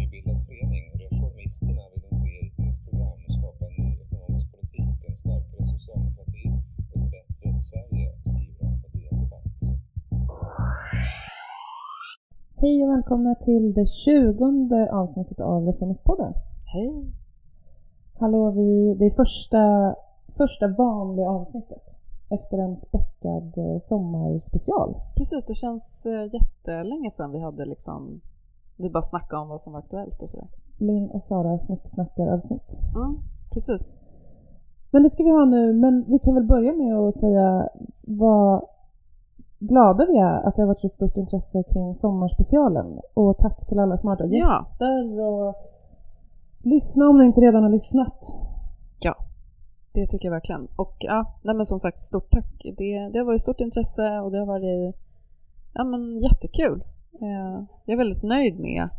nybildad förening, Reformisterna, vill de tre i ett nytt program skapa en ny ekonomisk politik, en starkare socialdemokrati och ett bättre Sverige, skriver de på DN Debatt. Hej och välkomna till det 20:e avsnittet av Reformistpodden. Hej. Hallå, det är första vanliga avsnittet efter en späckad sommarspecial. Precis, det känns jättelänge sedan vi bara snackade om vad som var aktuellt och sådär. Linn och Sara snicksnackar-avsnitt. Precis. Men det ska vi ha nu, men vi kan väl börja med att säga vad glada vi är att det har varit så stort intresse kring sommarspecialen. Och tack till alla smarta gäster och lyssna om ni inte redan har lyssnat. Ja, det tycker jag verkligen. Och men som sagt, stort tack. Det har varit stort intresse och det har varit jättekul. Jag är väldigt nöjd med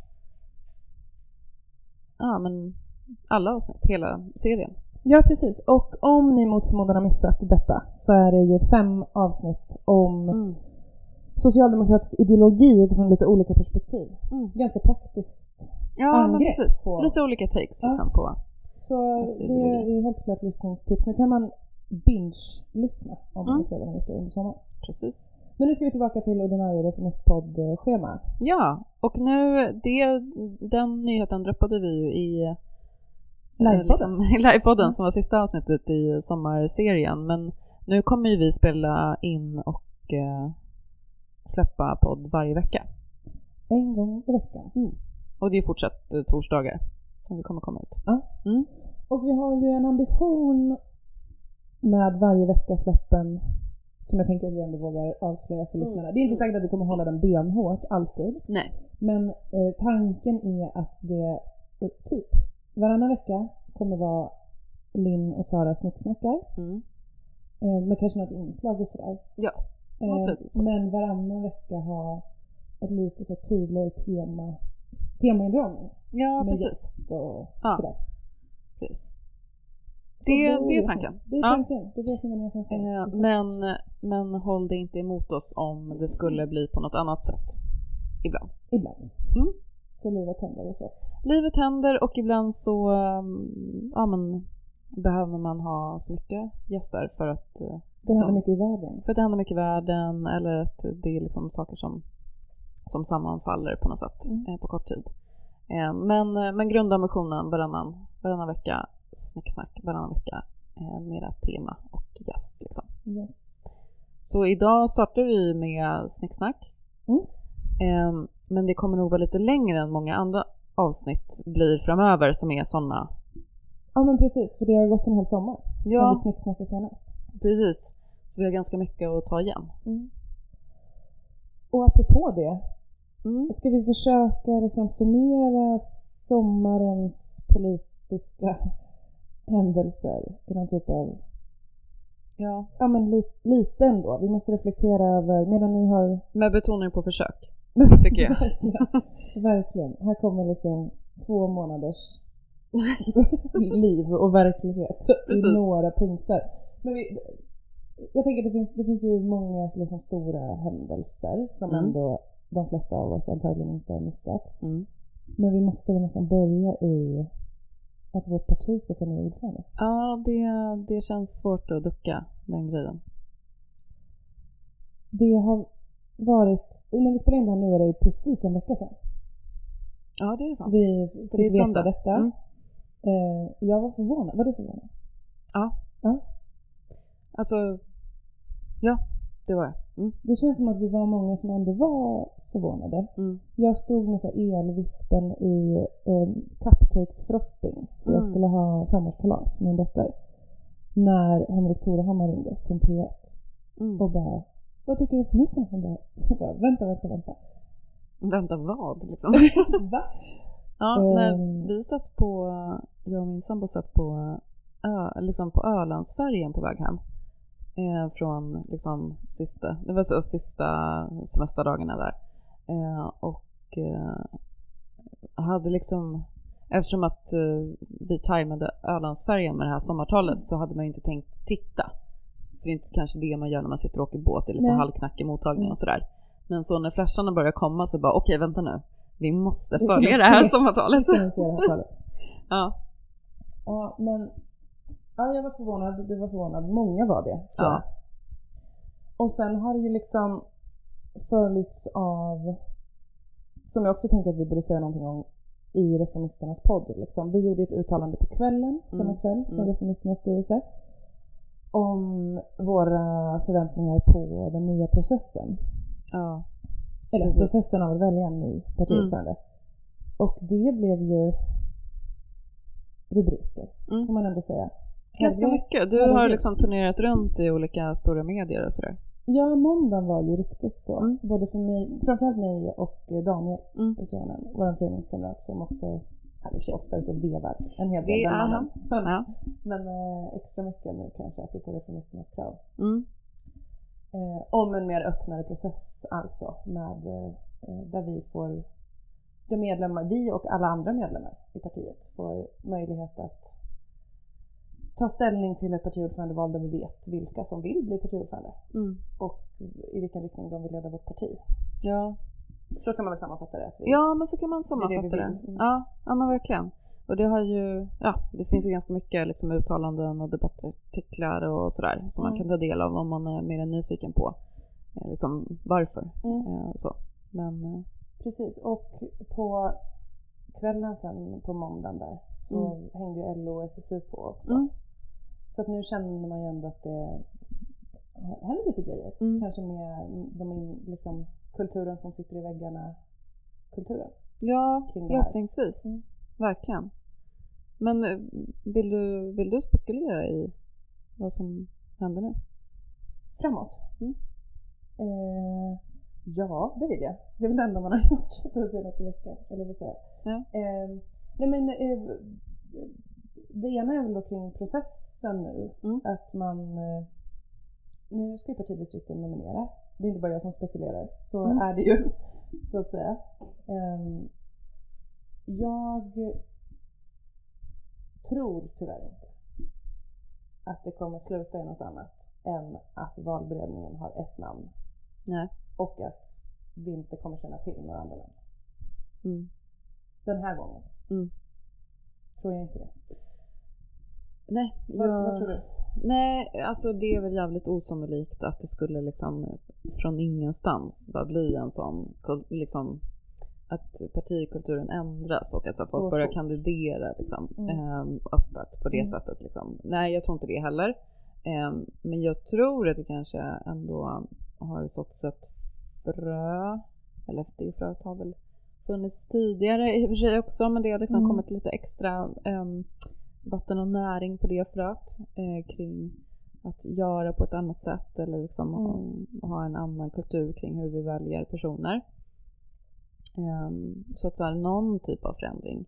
alla avsnitt, hela serien. Ja, precis. Och om ni mot förmodan har missat detta så är det ju 5 avsnitt om socialdemokratisk ideologi utifrån lite olika perspektiv. Ganska praktiskt angrepp. Precis. På... Lite olika takes på. Så det är helt klart lyssningstips. Nu kan man binge-lyssna om man inte redan har gjort det under sommaren. Precis. Men nu ska vi tillbaka till ordinarie Reformistpodd-schema. Ja, och nu den nyheten droppade vi ju i livepodden som var sista avsnittet i sommarserien. Men nu kommer ju vi spela in och släppa podd varje vecka. En gång i veckan. Och det är fortsatt torsdagar som vi kommer komma ut. Ja. Och vi har ju en ambition med varje vecka släppen som jag tänker att vi ändå vågar avslöja för lyssnarna. Det är inte säkert att vi kommer hålla den benhårt alltid. Nej. Men tanken är att det typ varannan vecka kommer vara Linn och Sara snicksnackar. Men kanske något inslag och sådär. Ja. Men varannan vecka ha ett lite så tydligare temainramning. Ja, med precis. Gäst och sådär. Precis. Det är tanken. Det är tanken. Då vet ni vad ni har framför. Men håll det inte emot oss om det skulle bli på något annat sätt. Ibland. För livet händer och så. Livet händer och ibland så behöver man ha så mycket gäster för att det händer mycket i världen. För att det händer mycket i världen eller att det är liksom saker som sammanfaller på något sätt på kort tid. Men grundambitionen varannan vecka snicksnack, varannan vecka mera tema och gäst liksom. Yes. Så idag startar vi med snicksnack. Men det kommer nog vara lite längre än många andra avsnitt blir framöver som är sådana. Ja, men precis, för det har gått en hel sommar som vi snicksnackade senast. Precis, så vi har ganska mycket att ta igen. Och apropå det, ska vi försöka liksom summera sommarens politiska händelser i någon typ av... Ja, men lite ändå. Vi måste reflektera över, medan ni har... Med betoning på försök, tycker jag. Verkligen. Här kommer liksom 2 månaders liv och verklighet i några punkter. Men jag tänker att det finns ju många liksom stora händelser som ändå de flesta av oss antagligen inte har missat. Men vi måste väl nästan börja i att vårt parti ska få ny ordförande. Ja, det känns svårt att ducka den grejen. Det har varit, när vi spelar in det här nu är det ju precis en vecka sedan. Ja, det är det fan. Vi fick veta detta. Jag var förvånad. Var du förvånad? Ja. Alltså, ja, det var jag. Det känns som att vi var många som ändå var förvånade. Jag stod med så elvispen i cupcakes-frosting. För jag skulle ha 5-årskalas med min dotter. När Henrik Torehammar ringde från P1. Och bara, vad tycker du för ministern? Han bara, vänta. Vänta vad liksom? Va? Ja, när vi satt på, jag och min sambo satt på Ölandsfärgen på väg hem. Från liksom sista semesterdagarna där. Och hade liksom, eftersom att vi tajmade Ölandsfärgen med det här sommartalet så hade man ju inte tänkt titta. För det är inte kanske det man gör när man sitter och åker båt. Det är lite halvknackig mottagning och sådär. Men så när flasharna börjar komma så bara, okej, vänta nu. vi måste följa det här sommartalet. Vi ska nog se det här talet. Ja. Ja, men jag var förvånad, du var förvånad, många var det, tror jag. Och sen har det ju liksom följts av, som jag också tänker att vi borde säga någonting om i Reformisternas podd. Liksom. Vi gjorde ett uttalande på kvällen, samma kväll, från Reformisternas styrelse om våra förväntningar på den nya processen. Ja. Eller precis. Processen av att välja en ny partiordförande. Och det blev ju rubriker, får man ändå säga. Ganska mycket. Du har liksom turnerat runt i olika stora medier och sådär. Ja, måndagen var ju riktigt så. Både för mig, framförallt mig och Daniel, sonen, vår föreningskamrat som också, han är i sig ofta ute och vevar en hel del. Men extra mycket nu kanske, apropå Reformisternas krav. Om en mer öppnare process alltså, med, där vi får, de medlemmar, vi och alla andra medlemmar i partiet får möjlighet att ta ställning till ett partiordförandeval där vi vet vilka som vill bli partiordförande och i vilken riktning de vill leda vårt parti. Ja. Så kan man väl sammanfatta det. Att vi, ja, men så kan man sammanfatta det. Ja, men verkligen. Och det har ju, det finns ju ganska mycket liksom uttalanden och debattartiklar och sådär som man kan ta del av om man är mer nyfiken på liksom varför. Så. Men precis, och på kvällen sen på måndagen där så hängde ju LO och SSU på också. Så att nu känner man ju ändå att det händer lite grejer. Kanske med liksom kulturen som sitter i väggarna. Kulturen. Ja, förhoppningsvis. Verkligen. Men vill du spekulera i vad som händer nu? Framåt? Ja, det vill jag. Det är väl det enda man har gjort den senaste veckan. Eller vad säger jag? Ja. Det ena är väl då kring processen nu. Att man... Nu ska ju partidistrikten nominera. Det är inte bara jag som spekulerar. Så är det ju, så att säga. Jag tror tyvärr inte att det kommer sluta i något annat än att valberedningen har ett namn. Nej. Och att vi inte kommer känna till några andra namn. Den här gången. Tror jag inte det. Nej. Vad tror du? Nej, alltså det är väl jävligt osannolikt att det skulle liksom från ingenstans bara bli en sån liksom att partikulturen ändras och att folk börjar kandidera liksom, öppet på det sättet. Liksom. Nej, jag tror inte det heller. Men jag tror att det kanske ändå har sått ett frö. Eller det fröet har väl funnits tidigare i och för sig också. Men det har liksom kommit lite extra vatten och näring på det fröet. Kring att göra på ett annat sätt. Eller liksom ha en annan kultur kring hur vi väljer personer. Så att så här, någon typ av förändring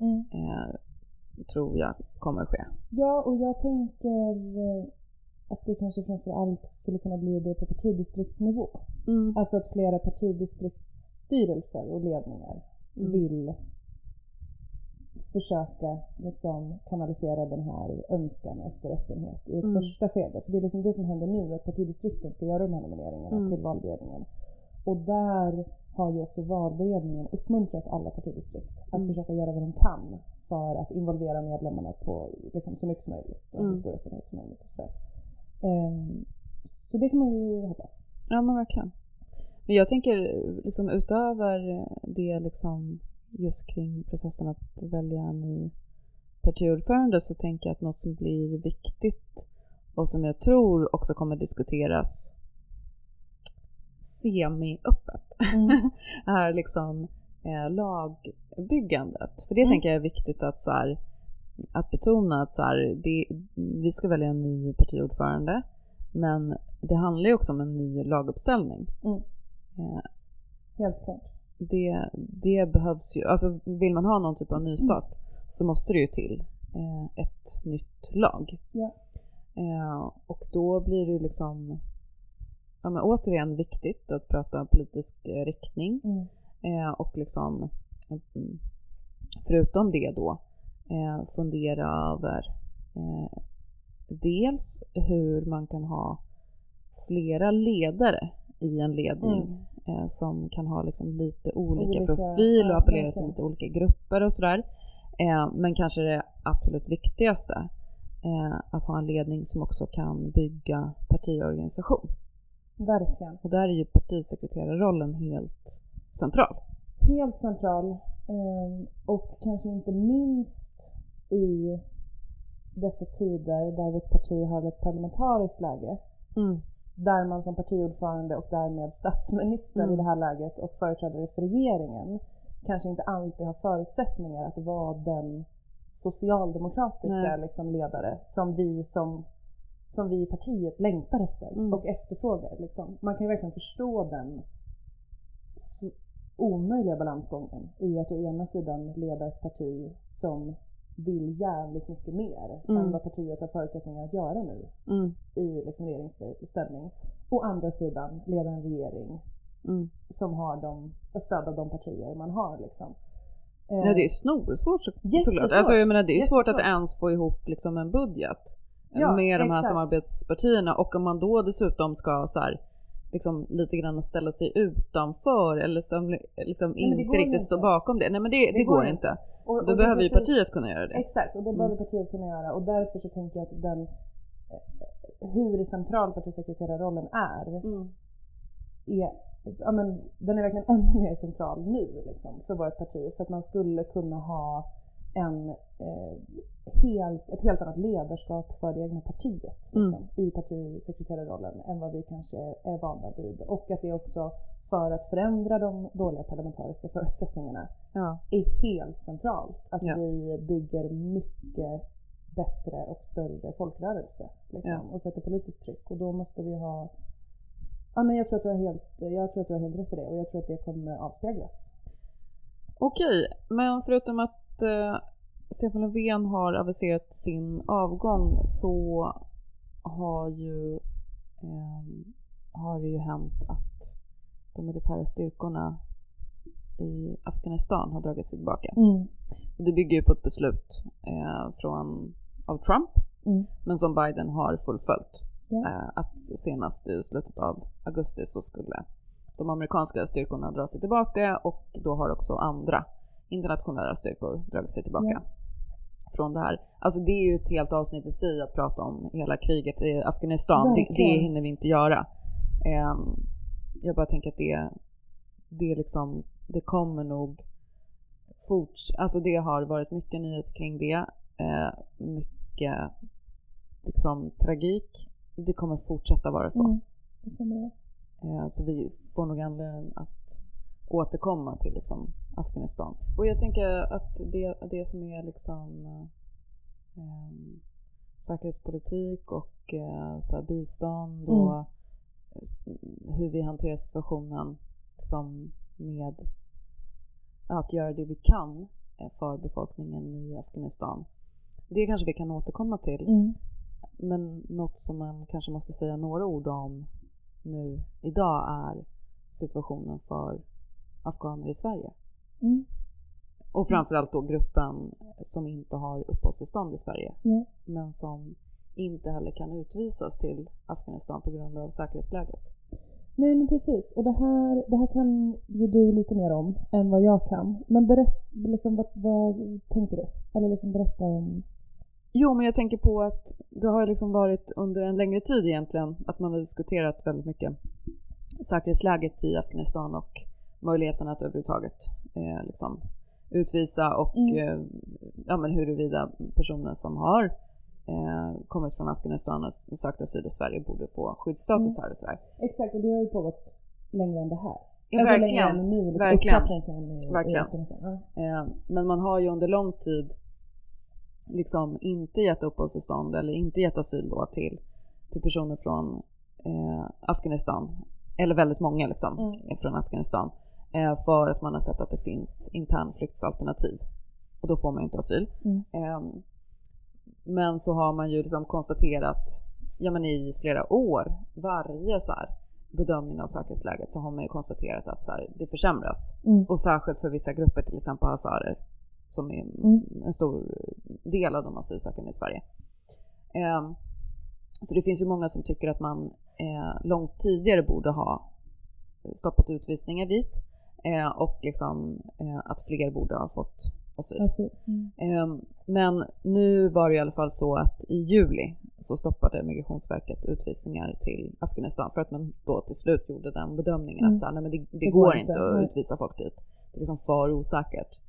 tror jag kommer ske. Ja, och jag tänker att det kanske framförallt skulle kunna bli det på partidistriktsnivå. Alltså att flera partidistriktsstyrelser och ledningar vill försöka liksom kanalisera den här önskan efter öppenhet i ett första skede. För det är liksom det som händer nu, att partidistrikten ska göra de här nomineringarna till valberedningen. Och där har ju också valberedningen uppmuntrat alla partidistrikt att försöka göra vad de kan för att involvera medlemmarna på liksom så mycket som möjligt och så stor öppenhet som möjligt och sådär. Så det kan man ju hoppas. Ja, men verkligen. Men jag tänker liksom utöver det liksom just kring processen att välja en ny partiordförande, så tänker jag att något som blir viktigt och som jag tror också kommer diskuteras semi-öppet är liksom lagbyggandet. För det tänker jag är viktigt att, så här, att betona att så här, vi ska välja en ny partiordförande, men det handlar ju också om en ny laguppställning. Helt klart. Det behövs ju, alltså vill man ha någon typ av nystart så måste det ju till ett nytt lag. Ja. Och då blir det liksom men återigen viktigt att prata om politisk riktning och liksom förutom det då fundera över dels hur man kan ha flera ledare i en ledning som kan ha liksom lite olika profil och appellera till lite olika grupper och sådär. Men kanske det absolut viktigaste, att ha en ledning som också kan bygga partiorganisation. Verkligen. Och där är ju partisekreterarrollen helt central. Helt central. Och kanske inte minst i dessa tider där vårt parti har ett parlamentariskt läge. Där man som partiordförande och därmed statsminister i det här läget och företrädare för regeringen kanske inte alltid har förutsättningar att vara den socialdemokratiska liksom, ledare som vi i partiet längtar efter och efterfrågar. Liksom. Man kan ju verkligen förstå den omöjliga balansgången i att å ena sidan leda ett parti som vill jävligt mycket mer än vad partiet har förutsättningar att göra nu i liksom regeringsställning. Å andra sidan leda en regering som har stöd av de partier man har. Liksom. Ja, det är snorsvårt såklart. Alltså, jag menar, det är svårt att ens få ihop liksom, en budget med de här samarbetspartierna. Och om man då dessutom ska så här, liksom, lite grann ställa sig utanför eller som, liksom, inte riktigt stå bakom det. Nej, men det går inte. Och då behöver ju partiet kunna göra det. Exakt, och det behöver partiet kunna göra. Och därför så tänker jag att hur central partisekreterarrollen är den är verkligen ännu mer central nu liksom, för vårt parti. För att man skulle kunna ha ett helt annat ledarskap för det egna partiet liksom, i partisekreterarrollen än vad vi kanske är vana vid. Och att det också för att förändra de dåliga parlamentariska förutsättningarna är helt centralt. Att vi bygger mycket bättre och större folkrörelse liksom, och sätter politiskt tryck. Och då måste vi ha... jag tror att du har helt rätt i det, och jag tror att det kommer avspeglas. Okej, men förutom att Stefan Löfven har aviserat sin avgång så har det ju hänt att de militära styrkorna i Afghanistan har dragit sig tillbaka. Och det bygger ju på ett beslut av Trump, men som Biden har fullföljt. Att senast i slutet av augusti så skulle de amerikanska styrkorna dra sig tillbaka, och då har också andra internationella styrkor dragit sig tillbaka från det här. Alltså det är ju ett helt avsnitt i sig att prata om hela kriget i Afghanistan. Det hinner vi inte göra. Jag bara tänker att det liksom, det kommer nog alltså det har varit mycket nyheter kring det. Mycket liksom tragik. Det kommer fortsätta vara så. Det kommer det. Så vi får nog anledning att återkomma till liksom Afghanistan. Och jag tänker att det som är liksom säkerhetspolitik och så här bistånd och hur vi hanterar situationen liksom, med att göra det vi kan för befolkningen i Afghanistan. Det kanske vi kan återkomma till. Men något som man kanske måste säga några ord om nu idag är situationen för afghaner i Sverige. Och framförallt då gruppen som inte har uppehållstillstånd i Sverige. Men som inte heller kan utvisas till Afghanistan på grund av säkerhetsläget. Nej, men precis. Och det här kan ju du lite mer om än vad jag kan. Men liksom, vad tänker du? Eller liksom berätta om... Jo, men jag tänker på att det har liksom varit under en längre tid egentligen att man har diskuterat väldigt mycket säkerhetsläget i Afghanistan och möjligheten att överhuvudtaget liksom utvisa och men huruvida personer som har kommit från Afghanistan och sökt asyl i Sverige borde få skyddsstatus här och sådär. Exakt, och det har ju pågått längre än det här. Ja, alltså verkligen. Längre än nu, liksom Verkligen. i Afghanistan. Men man har ju under lång tid liksom inte gett uppehållstillstånd eller inte gett asyl då till personer från Afghanistan, eller väldigt många liksom från Afghanistan, för att man har sett att det finns internflyktsalternativ, och då får man ju inte asyl. Men så har man ju liksom konstaterat i flera år, varje så här bedömning av säkerhetsläget, så har man ju konstaterat att så här, det försämras. Och särskilt för vissa grupper, till exempel hazarer, som är en stor del av de asylsökande i Sverige. Så det finns ju många som tycker att man långt tidigare borde ha stoppat utvisningar dit och liksom att fler borde ha fått asyl. Men nu var det i alla fall så att i juli så stoppade Migrationsverket utvisningar till Afghanistan för att man då till slut gjorde den bedömningen att så här, nej, men det går inte att utvisa folk dit. Det är liksom för osäkert.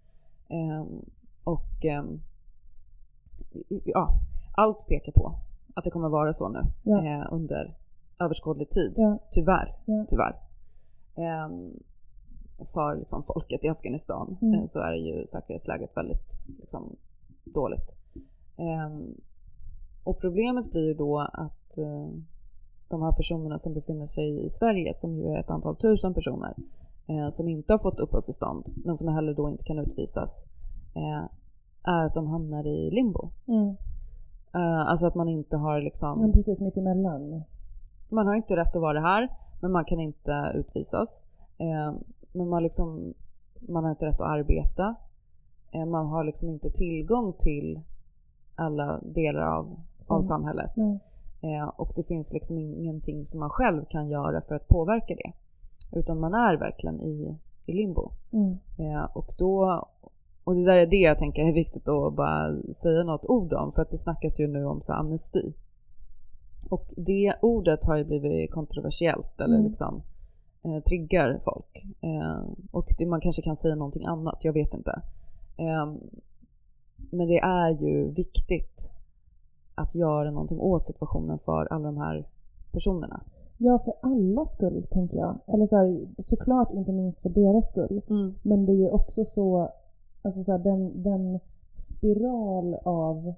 Allt pekar på att det kommer vara så nu under överskådlig tid. Tyvärr. För liksom folket i Afghanistan så är ju säkerhetsläget väldigt liksom dåligt. Och problemet blir ju då att de här personerna som befinner sig i Sverige, som ju är ett antal tusen personer som inte har fått uppehållstillstånd men som heller då inte kan utvisas, är att de hamnar i limbo. Alltså att man inte har liksom... precis mitt emellan. Man har inte rätt att vara här, men man kan inte utvisas. Men man har inte rätt att arbeta. Man har liksom inte tillgång till alla delar av samhället. Och det finns liksom ingenting som man själv kan göra för att påverka det. Utan man är verkligen i limbo. Och det där är det jag tänker är viktigt att bara säga något ord om. För att det snackas ju nu om så amnesti. Och det ordet har ju blivit kontroversiellt eller liksom triggar folk. Och man kanske kan säga någonting annat, jag vet inte. Men det är ju viktigt att göra någonting åt situationen för alla de här personerna. Ja, för alla skull tänker jag. Eller så här, såklart inte minst för deras skull. Men det är ju också så, alltså så här, den spiral av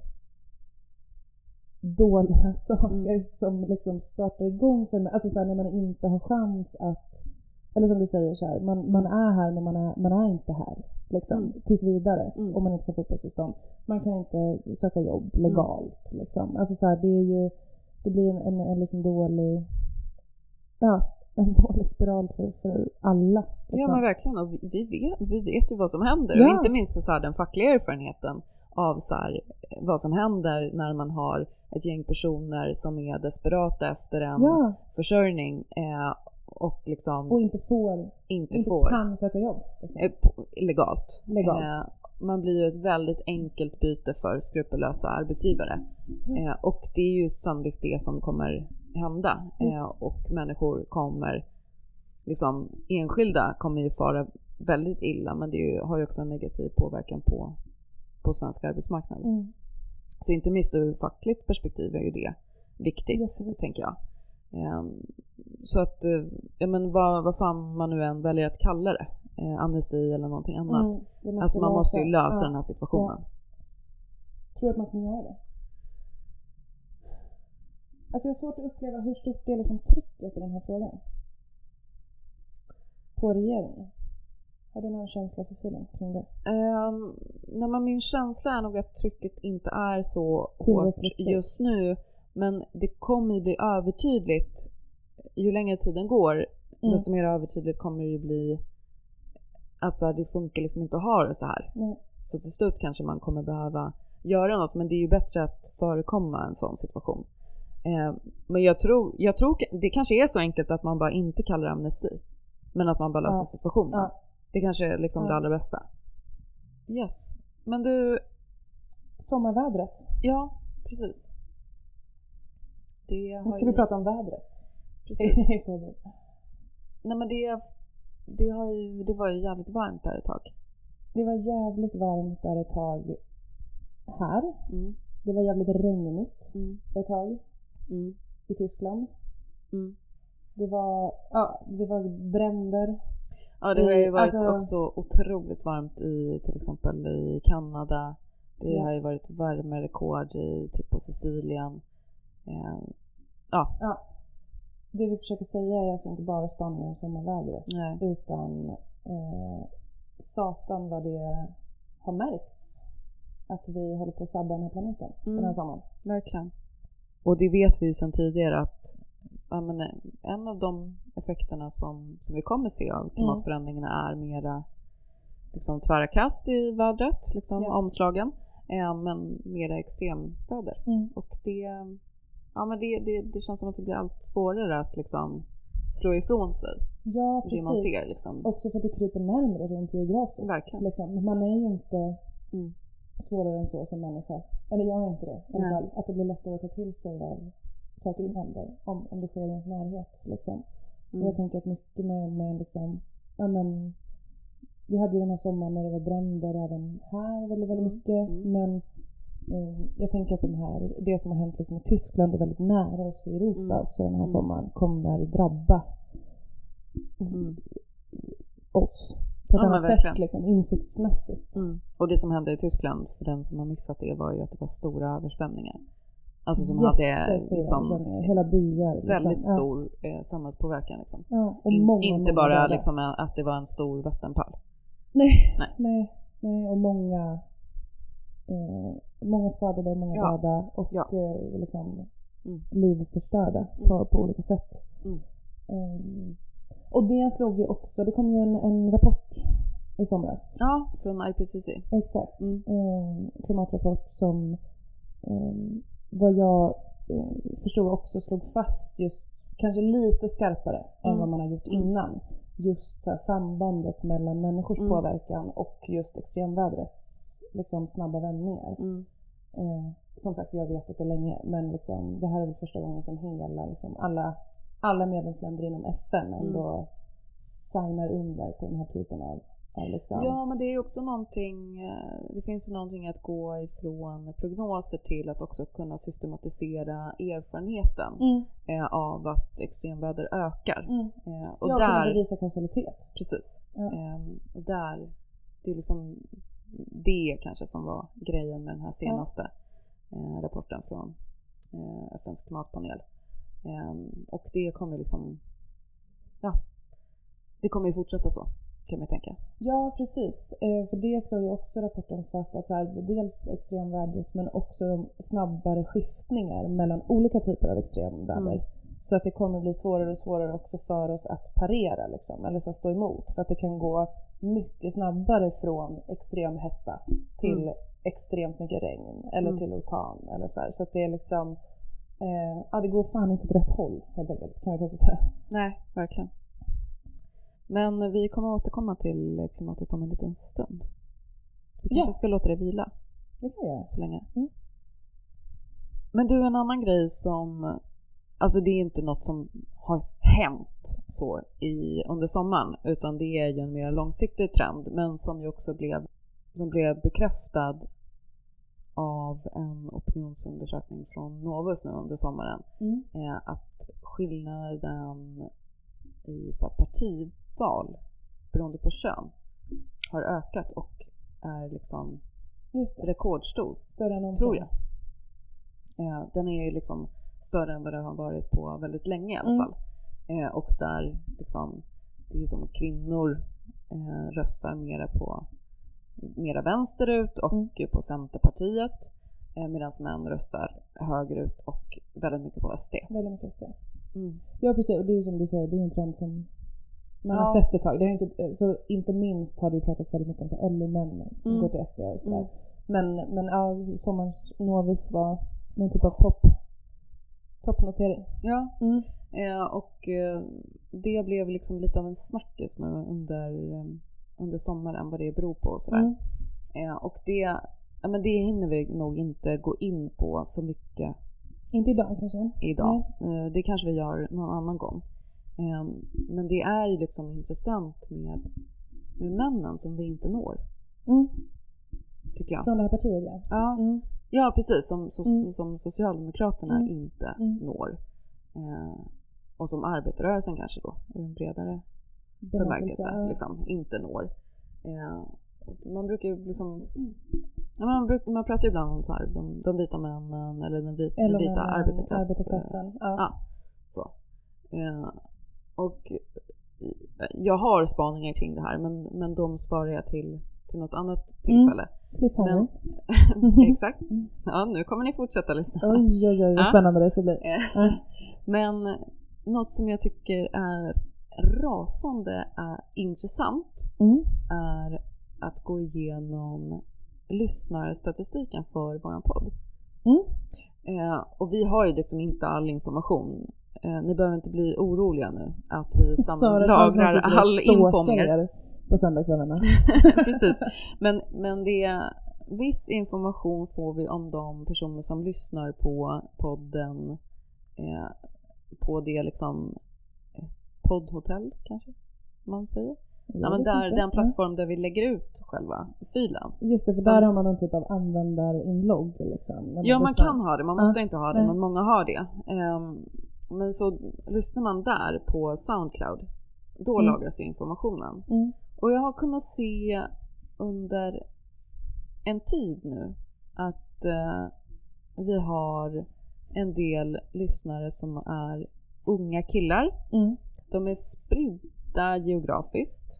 dåliga saker som liksom startar igång för mig. Alltså så här, när man inte har chans att, eller som du säger så här, man är här men man är inte här liksom, tills vidare om man inte kan få uppehållstillstånd. Man kan inte söka jobb legalt liksom. Alltså så här, det blir en liksom dålig en dålig spiral för alla. Liksom. Ja men verkligen, och vi vet ju vad som händer. Och inte minst så här, den fackliga erfarenheten av så här, vad som händer när man har ett gäng personer som är desperata efter en försörjning och liksom och inte kan söka jobb liksom. Legalt. Man blir ju ett väldigt enkelt byte för skrupellösa arbetsgivare. Och det är ju sannolikt det som kommer hända. Och människor kommer liksom, enskilda kommer ju fara väldigt illa, men det har ju också en negativ påverkan på svensk arbetsmarknad. Så inte minst ur fackligt perspektiv är ju det viktigt, tänker jag. Så att men vad fan man nu än väljer att kalla det, amnesti eller någonting annat, alltså man måste ju lösa den här situationen. Tror du att man kan göra det? Alltså jag har svårt att uppleva hur stort det är liksom trycket i den här frågan på regeringen. Har du någon känsla för feeling kring det? Min känsla är nog att trycket inte är så hårt just nu. Men det kommer bli övertydligt. Ju längre tiden går, desto mer övertydligt kommer det ju bli. Alltså det funkar liksom inte att ha det så här. Så till slut kanske man kommer behöva göra något. Men det är ju bättre att förekomma en sån situation. Men jag tror det kanske är så enkelt att man bara inte kallar amnesti. Men att man bara löser situationen. Det kanske är liksom det allra bästa. Yes. Men du... Sommarvädret. Ja, precis. Nu ska vi prata om vädret. Precis. Nej men det var ju jävligt varmt där ett tag. Det var jävligt varmt där ett tag här. Det var jävligt regnigt ett tag i Tyskland. Det var bränder. Ja, det har ju varit också otroligt varmt i till exempel i Kanada. Det har ju varit värmerekord typ på Sicilien. Det vi försöker säga är alltså inte bara spaningar om sommarvädret. Utan satan vad det har märkts att vi håller på att sabba den här planeten den här sommaren. Verkligen. Och det vet vi ju sedan tidigare att en av de effekterna som vi kommer se av klimatförändringarna är mera liksom tvära kast i vädret, liksom omslagen, men mera extremväder. Och det känns som att det blir allt svårare att liksom slå ifrån sig. Ja, det precis. man ser. Liksom. Också för att det kryper närmare rent geografiskt. Verkligen. Liksom. Man är ju inte svårare än så som människa. Eller jag är inte det i alla fall. Att det blir lättare att ta till sig av saker som händer om det sker i ens närhet. Liksom. Och jag tänker att mycket med liksom, ja men vi hade ju den här sommaren när det var bränder även här väldigt, väldigt mycket. Men jag tänker att det som har hänt liksom i Tyskland och väldigt nära oss i Europa också den här sommaren kommer drabba oss på ett annat sätt, liksom, insiktsmässigt. Och det som hände i Tyskland, för den som har missat det, var ju att det var stora översvämningar. Alltså som hade liksom, hela byar. Liksom. Väldigt stor samhällspåverkan. Liksom. Ja, och inte bara liksom, att det var en stor vattenpall. Nej, och många skadade, många döda och liksom, liv förstörda på olika sätt. Och det slog ju också, det kom ju en rapport i somras. Ja, från IPCC. Exakt. Klimatrapport som vad jag förstod också slog fast just kanske lite skarpare än vad man har gjort innan. Just så här, sambandet mellan människors påverkan och just extremvädrets liksom, snabba vändningar. Som sagt, vi har vetat det länge, men liksom, det här är väl första gången som hela liksom, alla medlemsländer inom FN ändå signar under på den här typen av liksom. Ja, men det är också någonting, det finns ju någonting att gå ifrån prognoser till att också kunna systematisera erfarenheten av att extremväder ökar. Och där kunna bevisa kausalitet. Precis. Och där, det är liksom det kanske som var grejen med den här senaste rapporten från FNs klimatpanel. Och det kommer liksom, det kommer ju fortsätta så, kan man tänka. Ja, precis. För det slår ju också rapporten fast att så här, dels extremvädret men också snabbare skiftningar mellan olika typer av extremväder. Så att det kommer bli svårare och svårare också för oss att parera liksom, eller så stå emot. För att det kan gå mycket snabbare från extrem hetta till extremt mycket regn eller till orkan eller så här. Så att det är liksom det går fan inte åt rätt håll helt enkelt, kan vi konstatera. Nej, verkligen. Men vi kommer att återkomma till klimatet om en liten stund. Vi kanske ska låta det vila. Det kan vi göra. Så länge. Men du, en annan grej som, alltså det är inte något som har hänt så under sommaren, utan det är ju en mer långsiktig trend, men som ju också blev bekräftad av en opinionsundersökning från Novus nu under sommaren. Att skillnaden i partival beroende på kön har ökat och är liksom rekordstor. Större än någonsin. Tror jag. Den är ju liksom större än vad det har varit på väldigt länge i alla fall. Och där liksom, det är som kvinnor röstar mera vänsterut och på Centerpartiet, medan män röstar högerut och väldigt mycket på SD. Väldigt mycket SD. Ja, precis. Och det är ju som du säger, det är ju en trend som man har sett ett tag. Det är inte, så inte minst har det ju pratats väldigt mycket om så LO-männen som går till SD och sådär. Men sommarens Novus var någon typ av toppnotering. Ja, och det blev liksom lite av en snackis nu under sommaren, vad det beror på och sådär. Och det hinner vi nog inte gå in på så mycket. Inte idag kanske? Idag. Det kanske vi gör någon annan gång. Men det är ju liksom intressant med männen som vi inte når. Tycker jag. Från det här partiet, ja. Ja, precis. Som Socialdemokraterna inte når. Och som arbetarrörelsen kanske då, i en bredare bemärkelse, liksom, inte når. Man brukar ju liksom... Man pratar ju ibland om så här, de vita männen eller den vita arbetarklassen. Så. Och jag har spaningar kring det här, men de sparar jag till något annat tillfälle. Cliffhanger. Exakt. Ja, nu kommer ni fortsätta lyssna. Oj, vad spännande det ska bli. Men något som jag tycker är rasande intressant är att gå igenom lyssnarstatistiken för våran podd. Och vi har ju liksom inte all information ni behöver inte bli oroliga nu att vi lagrar all info om er på söndagskvällarna. Precis. Men viss information får vi om de personer som lyssnar på podden på det liksom poddhotell kanske man säger. Ja, men den plattform där vi lägger ut själva filen. Just det, för där har man någon typ av användarinlogg liksom. Ja, man kan ha det, man måste inte ha det, men många har det. Men så lyssnar man där på Soundcloud, då lagras informationen. Och jag har kunnat se under en tid nu att vi har en del lyssnare som är unga killar. De är spridda geografiskt.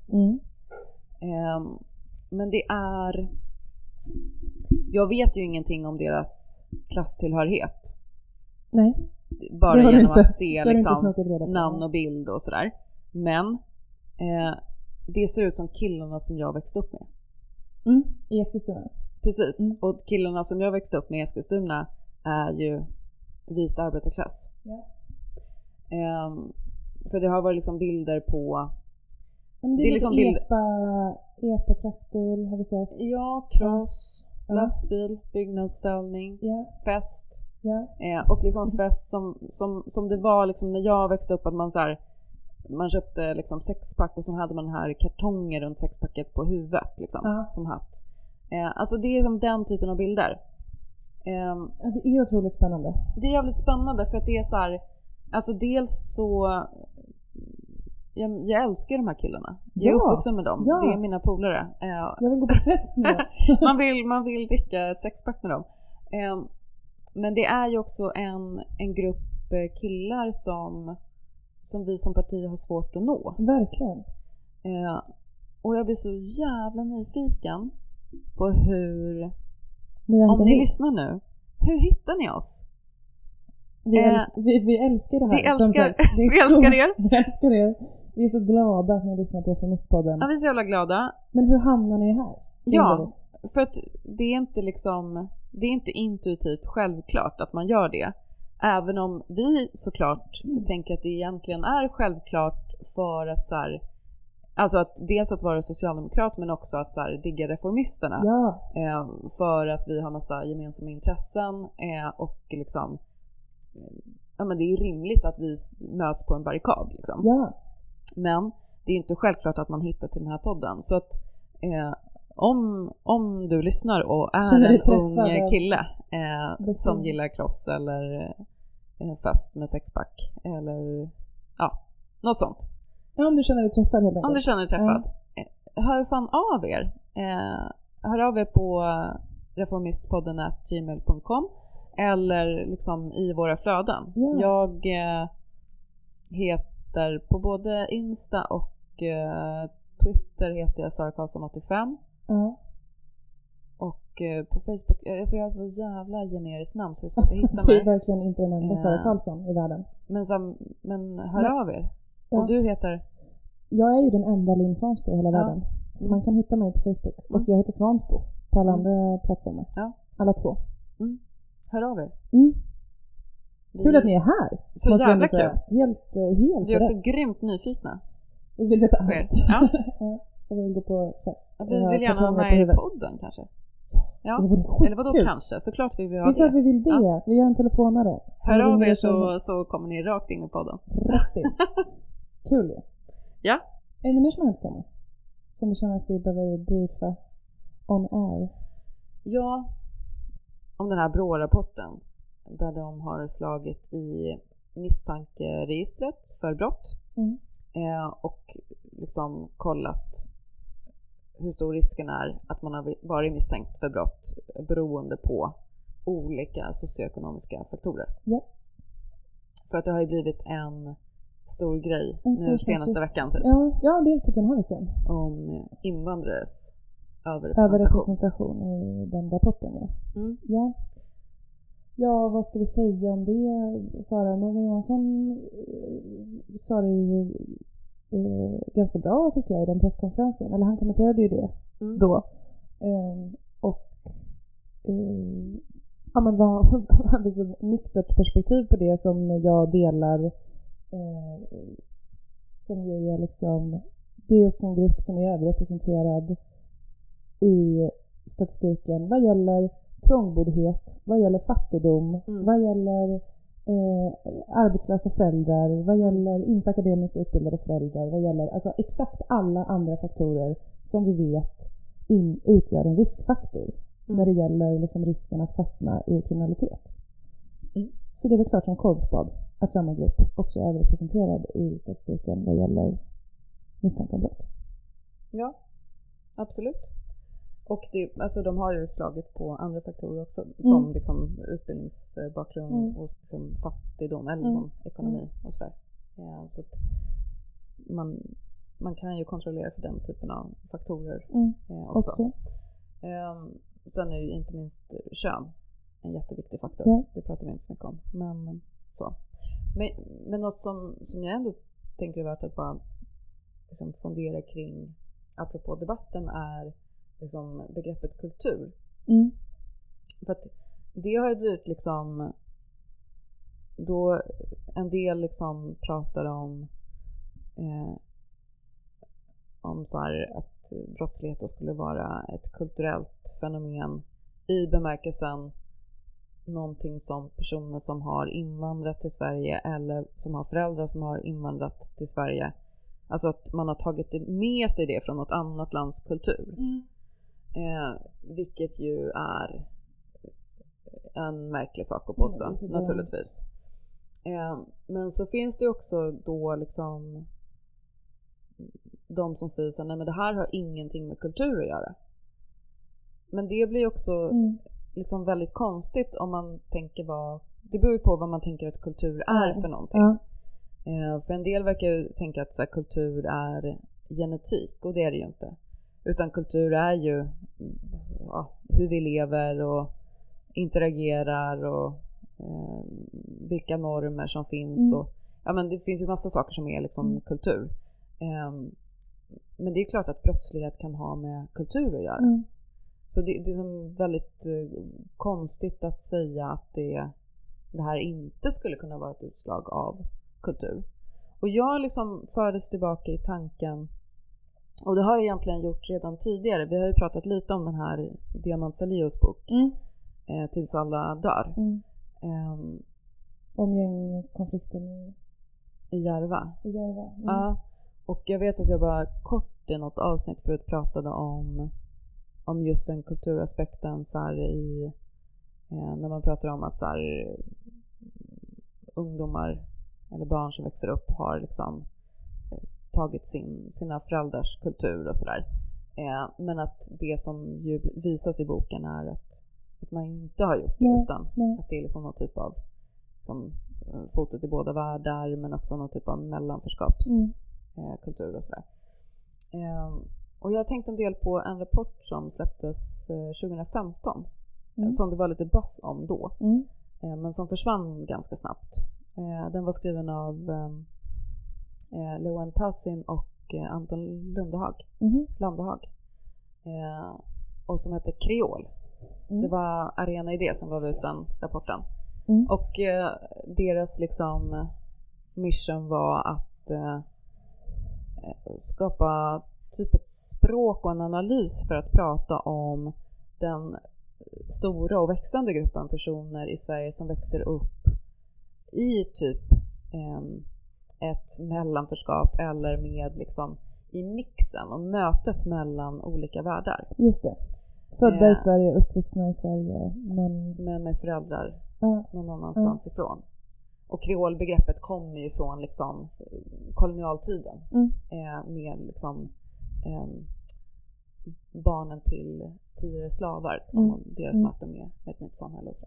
Men det är... Jag vet ju ingenting om deras klasstillhörighet. Nej. Bara genom inte. att se liksom, inte namn och bild och sådär. Men det ser ut som killarna som jag växte upp med. I Eskilstuna. Precis. Och killarna som jag växte upp med i Eskilstuna är ju vit arbetarklass. Ja. För det har varit liksom bilder på... Men det är liksom epa-traktor har vi sett. Ja, cross, lastbil, byggnadsställning, fest. Och liksom fest som det var liksom när jag växte upp, att man så här, man köpte liksom 6-pack och sen hade man den här kartonger runt 6-packet på huvudet liksom, som hatt. Alltså det är som den typen av bilder. Det är otroligt spännande. Det är jävligt spännande för att det är så här, alltså dels så jag älskar de här killarna. Jag är uppvuxen med dem. Det är mina polare. Jag vill gå på fest med dem. man vill dricka ett 6-pack med dem. Men det är ju också en grupp killar som vi som parti har svårt att nå. Verkligen. Och jag blir så jävla nyfiken på hur, om ni lyssnar nu, hur hittar ni oss? Vi älskar det här. Vi älskar, som sagt, vi älskar er. Vi älskar er. Vi är så glada att ni lyssnar på Reformistpodden. Ja, vi är så jävla glada. Men hur hamnar ni här? Ja, för att det är inte liksom, det är inte intuitivt självklart att man gör det. Även om vi såklart tänker att det egentligen är självklart för att så här, alltså att dels att vara socialdemokrat, men också att så här, digga reformisterna. För att vi har massa gemensamma intressen och liksom, ja, men det är rimligt att vi möts på en barrikad liksom. Men det är inte självklart att man hittar till den här podden. Så att om du lyssnar och är en ung kille som gillar cross eller fest med 6-pack eller något sånt. Ja, om du känner dig träffad helt enkelt. Om du känner dig träffad. Hör fan av er. Hör av er på reformistpodden@gmail.com eller liksom i våra flöden. Jag heter på både Insta och Twitter heter jag Sara Karlsson 85. Och på Facebook, alltså jag har så jävla generiskt namn så det är svårt att hitta mig. Det är verkligen inte den enda Sara Karlsson i världen. Men hör av er. Och du heter? Jag är ju den enda Linn Svansbo i hela världen. Så man kan hitta mig på Facebook. Och jag heter Svansbo på alla andra plattformar. Alla 2. Hör av er. Kul att ni är här. Så jävla kul. Helt vi är också grymt nyfikna. Vi vill veta allt. Och vi vill gå på fest. Vi vill gärna ha med i podden kanske. Ja. Det vore skitkul. Eller vadå kanske? Såklart vi vill ha det. Det är klart vi vill det. Vi gör en telefonare. Hör av er så kommer ni rakt in i podden. Rätt in. Kul ju. Ja. Är det mer som har hänt i sommar? Som vi känner att vi behöver briefa on air? Ja. Om den här BRÅ-rapporten. Där de har slagit i misstankeregistret för brott. Och liksom kollat hur stor risken är att man har varit misstänkt för brott beroende på olika socioekonomiska faktorer. För att det har ju blivit en stor grej nu senaste veckan typ. Ja, det är typ den här veckan. Om invandrares överrepresentation i den rapporten. Ja, vad ska vi säga om det? Sara Morgan Johansson sa det ju ganska bra tyckte jag i den presskonferensen. Eller han kommenterade ju det då. Ja, men vad hade så nyktert perspektiv på det som jag delar som ju är liksom, det är också en grupp som är överrepresenterad i statistiken vad gäller trångboddhet, vad gäller fattigdom, vad gäller arbetslösa föräldrar, vad gäller inte akademiskt utbildade föräldrar, vad gäller alltså exakt alla andra faktorer som vi vet utgör en riskfaktor när det gäller liksom risken att fastna i kriminalitet. Så det är väl klart som korvspad att samma grupp också är överrepresenterad i statistiken vad gäller misstanke om brott. Ja, absolut. Och alltså de har ju slagit på andra faktorer också som liksom utbildningsbakgrund och liksom fattigdom eller liksom ekonomi och sådär. Så att man kan ju kontrollera för den typen av faktorer också. Sen är ju inte minst kön en jätteviktig faktor. Ja. Det pratar vi inte så mycket om. Men så. Men något som jag ändå tänker är värt att bara liksom fundera kring apropå debatten är liksom begreppet kultur. För att det har ju blivit liksom då en del liksom pratar om så här att brottslighet då skulle vara ett kulturellt fenomen i bemärkelsen någonting som personer som har invandrat till Sverige eller som har föräldrar som har invandrat till Sverige, alltså att man har tagit med sig det från något annat lands kultur. Vilket ju är en märklig sak att påstå, naturligtvis. Men så finns det också då liksom de som säger så här, nej men det här har ingenting med kultur att göra. Men det blir också liksom väldigt konstigt om man tänker det beror ju på vad man tänker att kultur är för någonting. För en del verkar ju tänka att så här, kultur är genetik, och det är det ju inte. Utan kultur är ju hur vi lever och interagerar och vilka normer som finns. Och, men det finns ju massa saker som är liksom kultur. Men det är klart att brottslighet kan ha med kultur att göra. Så det är som väldigt konstigt att säga att det här inte skulle kunna vara ett utslag av kultur. Och jag liksom fördes tillbaka i tanken, och det har jag egentligen gjort redan tidigare. Vi har ju pratat lite om den här Diamant Salios bok Tills alla dör. Om gängkonflikten i Järva. Ja. Och jag vet att jag bara kort i något avsnitt förut pratade om just den kulturaspekten så här när man pratar om att så här, ungdomar eller barn som växer upp har liksom tagit sina föräldrars kultur och sådär. Men att det som ju visas i boken är att man inte har gjort det, utan att det är liksom någon typ av som fotot i båda världar, men också någon typ av mellanförskapskultur och sådär. Och jag tänkte en del på en rapport som släpptes 2015 som det var lite buzz om då, men som försvann ganska snabbt. Den var skriven av Leon Tassin och Anton Landehag. Och som heter Kreol. Det var Arena Idé som gav ut den rapporten. Och deras liksom mission var att skapa typ ett språk och en analys för att prata om den stora och växande gruppen personer i Sverige som växer upp i typ ett mellanförskap eller med liksom i mixen och mötet mellan olika världar. Just det. Födda i Sverige, uppvuxna i Sverige, men med föräldrar någon annanstans ifrån. Och kreolbegreppet kommer ju från liksom kolonialtiden med liksom barnen till tidigare slavar liksom, och deras möte med ett nytt samhälle och så.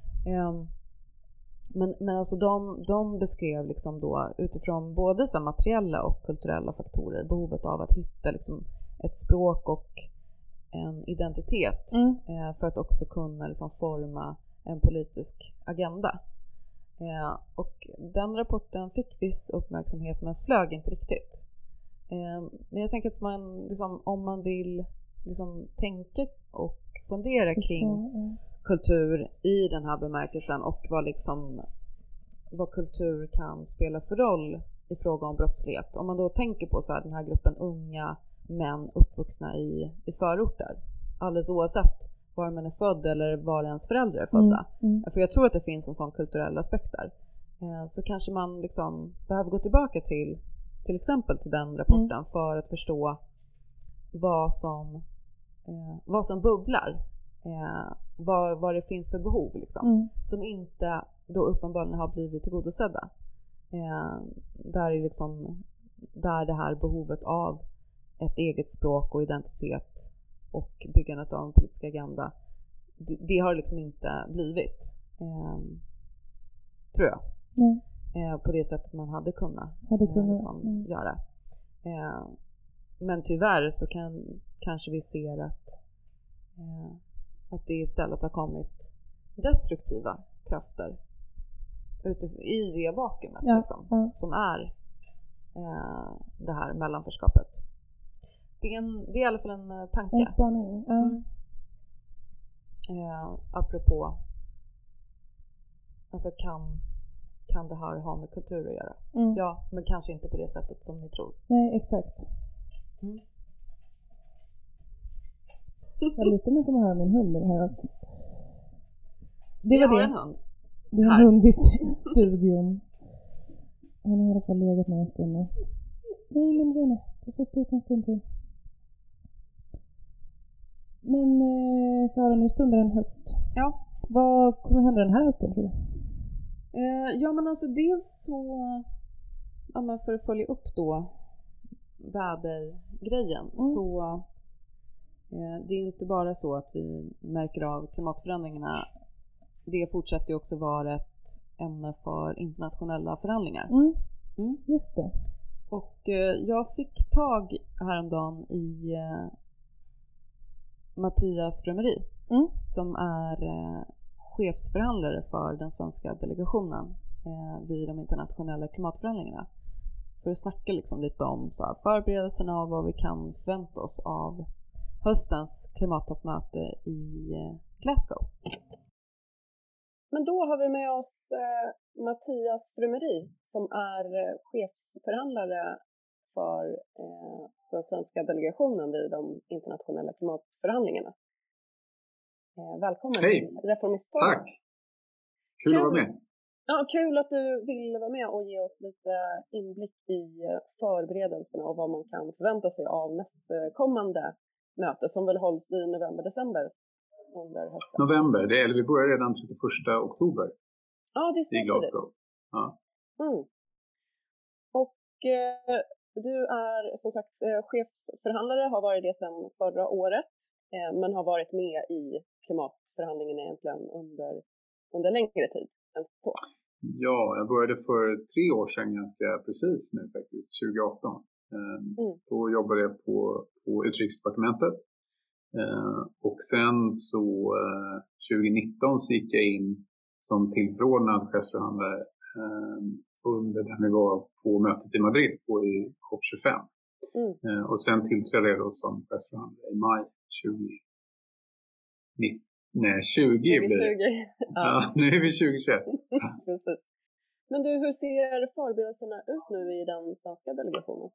Men alltså de beskrev liksom då utifrån både så materiella och kulturella faktorer behovet av att hitta liksom ett språk och en identitet för att också kunna liksom forma en politisk agenda. Och den rapporten fick viss uppmärksamhet men flög inte riktigt. Men jag tänker att man liksom, om man vill liksom tänka och fundera kring kultur i den här bemärkelsen och vad liksom vad kultur kan spela för roll i fråga om brottslighet. Om man då tänker på så här, den här gruppen unga män uppvuxna i förorter. Alldeles oavsett var man är född eller var ens föräldrar är födda. För jag tror att det finns en sån kulturell aspekt där. Så kanske man liksom behöver gå tillbaka till exempel till den rapporten för att förstå vad som bubblar. Vad det finns för behov liksom, som inte då uppenbarligen har blivit tillgodosedda. Där det här behovet av ett eget språk och identitet och byggandet av en politisk agenda, det har liksom inte blivit, tror jag, på det sättet man hade kunnat liksom göra. Men tyvärr så kanske vi ser att det istället har kommit destruktiva krafter i det vakuumet liksom, som är det här mellanförskapet. Det är i alla fall en tanke. En spaning. Apropå, alltså kan det här ha med kultur att göra? Ja, men kanske inte på det sättet som ni tror. Nej, exakt. Vad lite man kommer höra min hund i det här. Det var en hund. Det är en hund i studion. Han har i alla fall legat ner en stund nu. Nej men Rune, du får stå ut en stund till. Men Sara, nu stundar en höst. Ja. Vad kommer hända den här hösten, tror du? Ja, men alltså dels så, ja, men för att följa upp då vädergrejen, så det är inte bara så att vi märker av klimatförändringarna. Det fortsätter ju också vara ett ämne för internationella förhandlingar. Just det. Och jag fick tag häromdagen i Mattias Frömeri, som är chefsförhandlare för den svenska delegationen vid de internationella klimatförhandlingarna, för att snacka liksom lite om så här, förberedelserna av vad vi kan förvänta oss av höstens klimattoppmöte i Glasgow. Men då har vi med oss Mattias Frömeri som är chefsförhandlare för den svenska delegationen vid de internationella klimatförhandlingarna. Välkommen till Reformistpodden. Tack! Kul att vara med. Ja, kul att du vill vara med och ge oss lite inblick i förberedelserna och vad man kan förvänta sig av nästkommande möte som väl hålls i november-december under hösten. November, vi börjar redan 31 oktober. Ja, det är så i Glasgow. Ja. Och du är som sagt chefsförhandlare, har varit det sedan förra året, men har varit med i klimatförhandlingarna egentligen under längre tid än så. Ja, jag började för 3 år sedan ganska precis nu faktiskt, 2018. Då jobbade jag på Utrikesdepartementet. Och sen så 2019 så gick jag in som tillförordnad chefsförhandlare under där vi var på mötet i Madrid i COP25. Och sen tillträdde jag då som chefsförhandlare i maj 20 blir det. Ja, nu är vi 2021. Precis. Men du, hur ser förberedelserna ut nu i den svenska delegationen?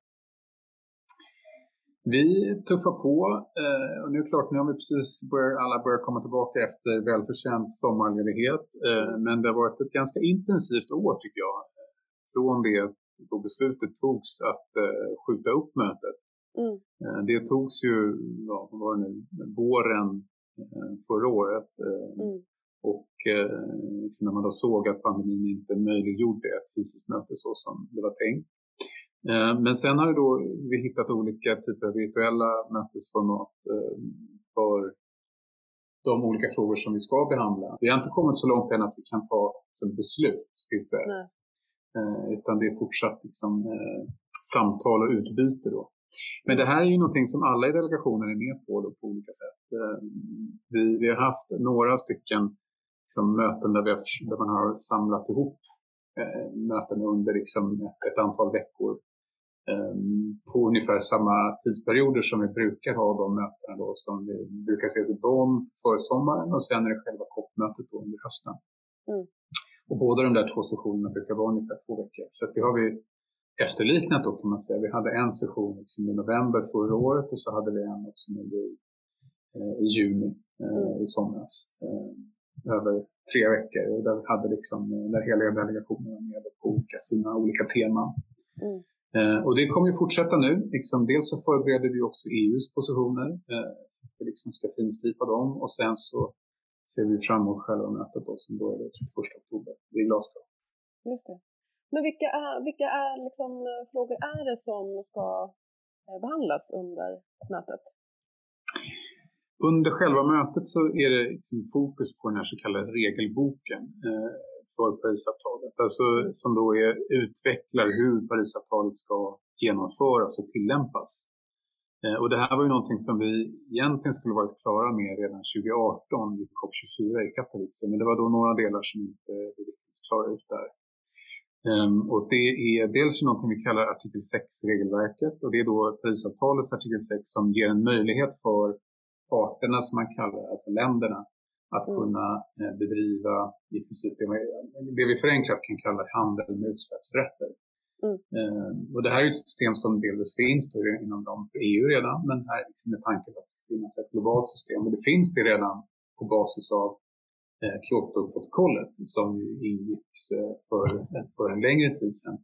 Vi tuffar på och nu är det klart, nu har vi precis alla börjat komma tillbaka efter välförtjänt sommarledighet. Men det har varit ett ganska intensivt år tycker jag. Från det då beslutet togs att skjuta upp mötet. Det togs ju, vad var det nu, våren förra året. Och liksom när man då såg att pandemin inte möjliggjorde ett fysiskt möte så som det var tänkt. Men sen har vi hittat olika typer av virtuella mötesformat för de olika frågor som vi ska behandla. Vi har inte kommit så långt än att vi kan ta beslut virtuellt. Utan det är fortsatt liksom, samtal och utbyte då. Men det här är ju någonting som alla i delegationen är med på på olika sätt. Vi har haft några stycken liksom, möten där man har samlat ihop möten under liksom, ett antal veckor. På ungefär samma tidsperioder som vi brukar ha de mötena då, som vi brukar ses i Bonn för sommaren och sen är det själva COP-mötet under hösten. Och båda de där 2 sessionerna brukar vara ungefär 2 veckor. Så att det har vi efterliknat då, kan man säga. Vi hade en session liksom i november förra året och så hade vi en också nu i juni i somras. Över 3 veckor, och där vi hade liksom, där hela delegationen var med på sina olika teman. Och det kommer ju fortsätta nu. Liksom, dels så förbereder vi också EUs positioner, så att vi liksom ska finslipa dem, och sen så ser vi fram emot själva mötet då, som då är 31 oktober i Glasgow. Just det. Men vilka är liksom, frågor är det som ska behandlas under mötet? Under själva mötet så är det liksom fokus på den här så kallade regelboken för Parisavtalet. Alltså som då utvecklar hur Parisavtalet ska genomföras och tillämpas. Och det här var ju någonting som vi egentligen skulle varit klara med redan 2018 vid COP24 i Katowice. Men det var då några delar som inte vi riktigt klarade ut där. Och det är dels någonting vi kallar artikel 6-regelverket. Och det är då Parisavtalets artikel 6 som ger en möjlighet för parterna, som man kallar, alltså länderna, att kunna bedriva i princip det vi förenklat kan kalla handel med utsläppsrätter. Och det här är ett system som delvis finns inom EU redan, men här är liksom med tanken att det ska finnas ett globalt system. Och det finns det redan på basis av Kyoto-protokollet som ingicks för en längre tid sedan.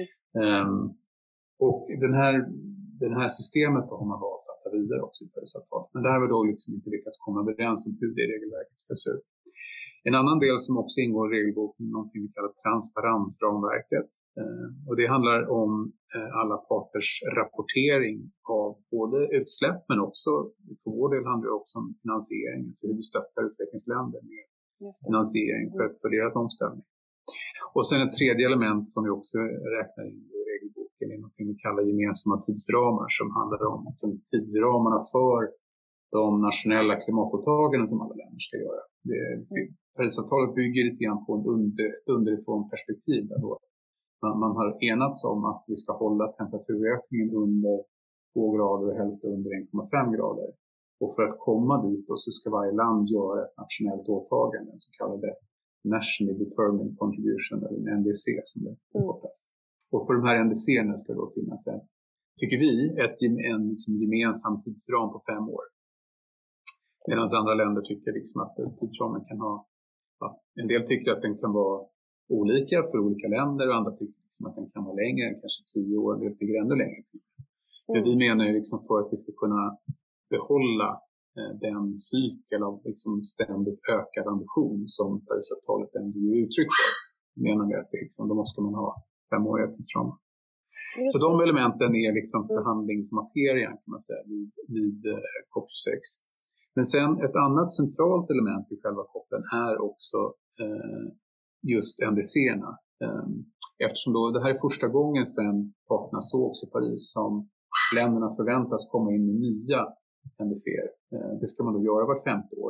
Och det här systemet då har man valt att ta vidare också i Parisavtalet. Men där har vi då liksom inte lyckats komma överens om hur det regelverket ska se ut. En annan del som också ingår i regelboken är någonting vi kallar transparensramverket. Och det handlar om alla parters rapportering av både utsläpp, men också för vår del handlar det också om finansiering. Så hur vi stöttar utvecklingsländer med finansiering för deras omställning. Och sen ett tredje element som vi också räknar in i regelboken är något vi kallar gemensamma tidsramar, som handlar om tidsramarna för de nationella klimatåtaganden som alla länder ska göra. Parisavtalet bygger lite grann på ett underifrån perspektiv där då man har enats om att vi ska hålla temperaturökningen under 2 grader och helst under 1,5 grader. Och för att komma dit så ska varje land göra ett nationellt åtagande, en så kallade Nationally Determined Contribution, eller NDC som det förkortas. Och för de här NDC:erna ska då finnas tycker vi, en liksom gemensam tidsram på 5 år. Medan andra länder tycker liksom att tidsramen kan ha, en del tycker att den kan vara olika för olika länder, och andra tycker liksom att den kan vara längre, kanske 10 år, eller tycker ännu längre. Men vi menar ju liksom för att vi ska kunna behålla den cykel av liksom ständigt ökad ambition som Parisavtalet ändå ger uttryck för, menar vi att liksom, då måste man ha 5-åriga tidsramar. Så de elementen är liksom förhandlingsmaterian, kan man säga, vid COP26. Men sen ett annat centralt element i själva COPen är också just NDC-erna. Eftersom då det här är första gången sedan parterna sågs i Paris som länderna förväntas komma in med nya NDC-er. Det ska man då göra vart 5:e år.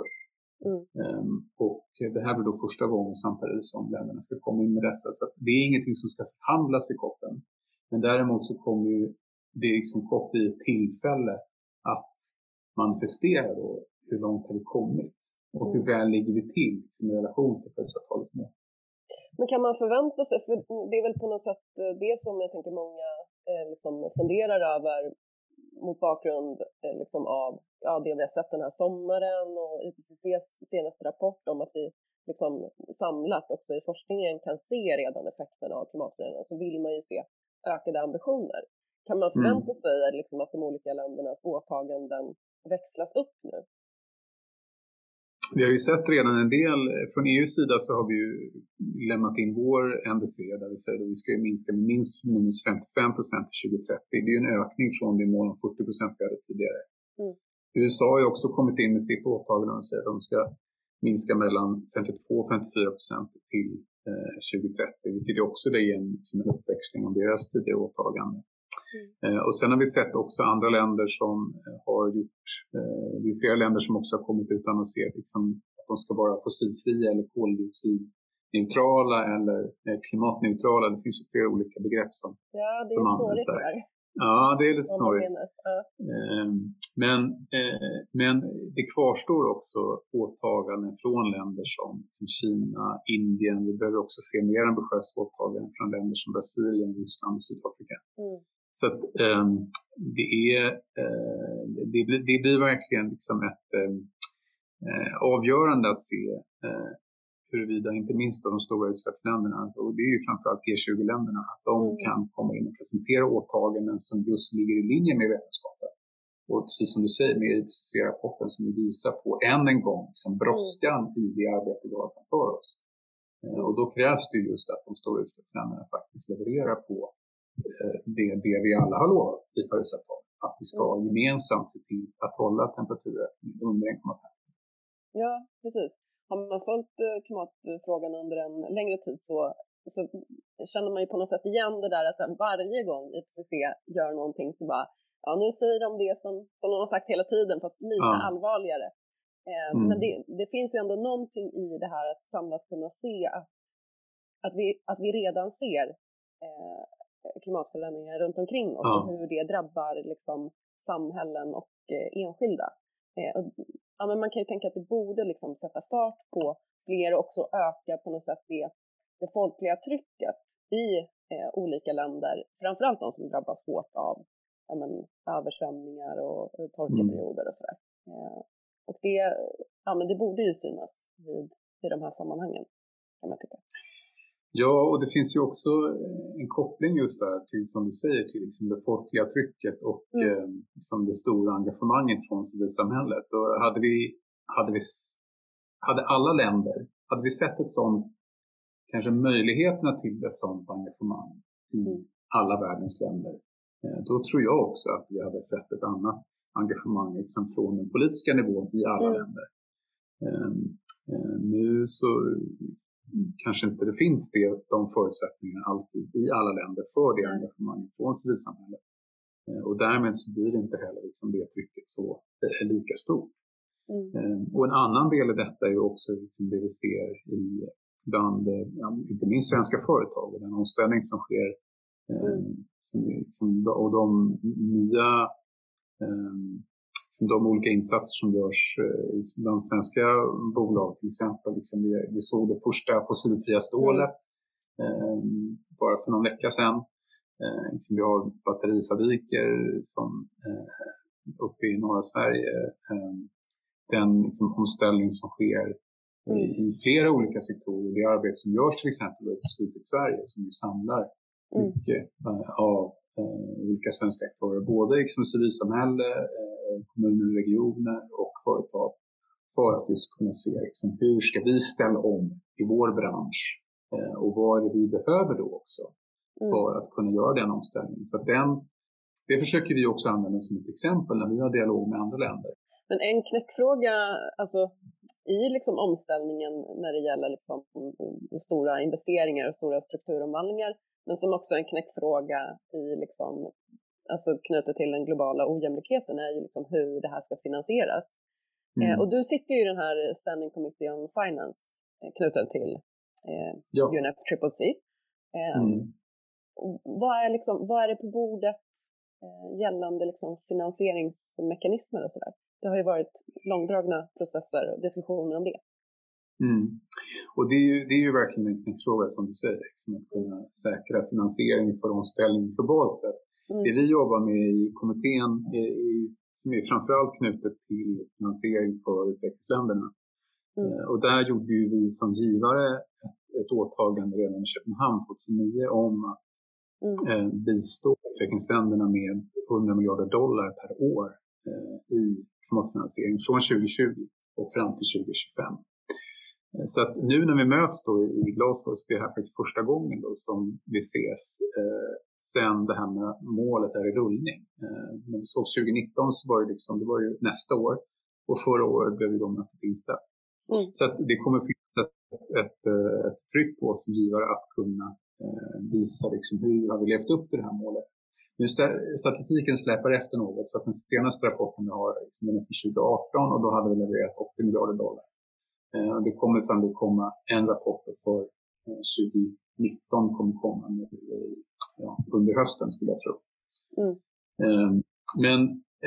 Och det här blir då första gången sedan Paris som länderna ska komma in med dessa. Så det är ingenting som ska förhandlas vid COPen. Men däremot så kommer ju det liksom COP i ett tillfälle att manifestera då hur långt har vi kommit och hur väl ligger vi till liksom, i relation till Parisavtalet med. Men kan man förvänta sig, för det är väl på något sätt det som jag tänker många liksom funderar över mot bakgrund liksom av det vi har sett den här sommaren och IPCCs senaste rapport om att vi liksom samlat också i forskningen kan se redan effekterna av klimatförändringar, så vill man ju se ökade ambitioner. Kan man förvänta sig liksom att de olika ländernas åtaganden växlas upp nu? Vi har ju sett redan en del, från EUs sida så har vi ju lämnat in vår NDC där vi säger att vi ska minska med minst minus 55% till 2030. Det är ju en ökning från det mål om 40% vi hade tidigare. USA har ju också kommit in med sitt åtagande och säger att de ska minska mellan 52-54% till 2030, vilket är också det en uppväxling av deras tidigare åtagande. Och sen har vi sett också andra länder som har gjort, det är flera länder som också har kommit ut och annonserat liksom, att de ska vara fossilfria eller koldioxidneutrala eller klimatneutrala. Det finns ju flera olika begrepp som används där. Ja, det är lite snarare. Men det kvarstår också åtaganden från länder som Kina, Indien. Vi behöver också se mer ambitiösa åtaganden från länder som Brasilien, Ryssland och Sydafrika. Så att, det blir verkligen liksom ett avgörande att se huruvida inte minst de stora utsläppsländerna, och det är ju framförallt G20-länderna, att de kan komma in och presentera åtaganden som just ligger i linje med vetenskapen. Och precis som du säger med IPCC-rapporten som vi visar på än en gång som brådskan i det arbete vi har framför oss. Och då krävs det just att de stora utsläppsländerna faktiskt levererar på det vi alla har lovat i Parisavtalet. Att vi ska gemensamt se till att hålla temperaturökningen under 1,5. Ja, precis. Har man följt klimatfrågan under en längre tid så känner man ju på något sätt igen det där att varje gång IPCC gör någonting så bara, ja nu säger de det som de har sagt hela tiden fast lite allvarligare. Men det finns ju ändå någonting i det här att samlat kunna se att vi redan ser klimatförändringar runt omkring oss och hur det drabbar liksom samhällen och enskilda. Ja, men man kan ju tänka att det borde liksom sätta fart på fler och också öka på något sätt det folkliga trycket i olika länder. Framförallt de som drabbas hårt av översvämningar och torkeperioder och sådär. Och det borde ju synas i de här sammanhangen, kan man tycka. Ja, och det finns ju också en koppling just där till, som du säger, till liksom det folkliga trycket och liksom det stora engagemanget från civilsamhället. Och hade alla länder, hade vi sett ett sånt, kanske möjligheterna till ett sånt engagemang i alla världens länder, då tror jag också att vi hade sett ett annat engagemang liksom från den politiska nivån i alla länder. Nu så kanske inte det finns de förutsättningarna alltid i alla länder för det engagemanget från civilsamhället. Och därmed så blir det inte heller liksom det trycket så lika stort. Och en annan del i detta är ju också liksom det vi ser bland inte minst svenska företag och den omställning som sker och de nya de olika insatser som görs bland svenska bolag, till exempel. Liksom vi såg det första fossilfria stålet bara för någon vecka sedan. Liksom vi har batterifabriker som uppe i norra Sverige. Den liksom omställning som sker i flera olika sektorer. Det arbete som görs till exempel i Fossilfritt Sverige som ju samlar mycket av olika svenska aktörer. Både liksom civilsamhälle, kommuner, regioner och företag för att just kunna se liksom, hur ska vi ställa om i vår bransch och vad är det vi behöver då också för att kunna göra den omställningen. Så att det försöker vi också använda som ett exempel när vi har dialog med andra länder. Men en knäckfråga alltså, i liksom omställningen när det gäller liksom, stora investeringar och stora strukturomvandlingar, men som också är en knäckfråga i liksom, alltså knutet till den globala ojämlikheten är ju liksom hur det här ska finansieras. Och du sitter ju i den här Standing Committee on Finance knuten till UNFCCC. Vad är det på bordet gällande liksom finansieringsmekanismer och sådär? Det har ju varit långdragna processer och diskussioner om det. Och det är ju verkligen en fråga som du säger, liksom att kunna säkra finansiering för omställning globalt sett. Det vi jobbar med i kommittén som är framförallt knutet till finansiering för utvecklingsländerna. Och där gjorde ju vi som givare ett åtagande redan i Köpenhamn 2009 om att bistå utvecklingsländerna med $100 miljarder per år i klimatfinansiering från 2020 och fram till 2025. Så att nu när vi möts då i Glasgow så blir det här faktiskt första gången då som vi ses sen det här med målet är i rullning. När vi såg 2019 så var det var ju nästa år och förra året blev det då mötet inställt. Så att det kommer finnas ett tryck på oss som givare att kunna visa liksom hur har vi levt upp till det här målet. Nu statistiken släpar efter något så att den senaste rapporten vi har liksom, den är från 2018 och då hade vi levererat $80 miljarder. Det kommer sannolikt komma en rapport för 2019 kommer komma under hösten skulle jag tro. Men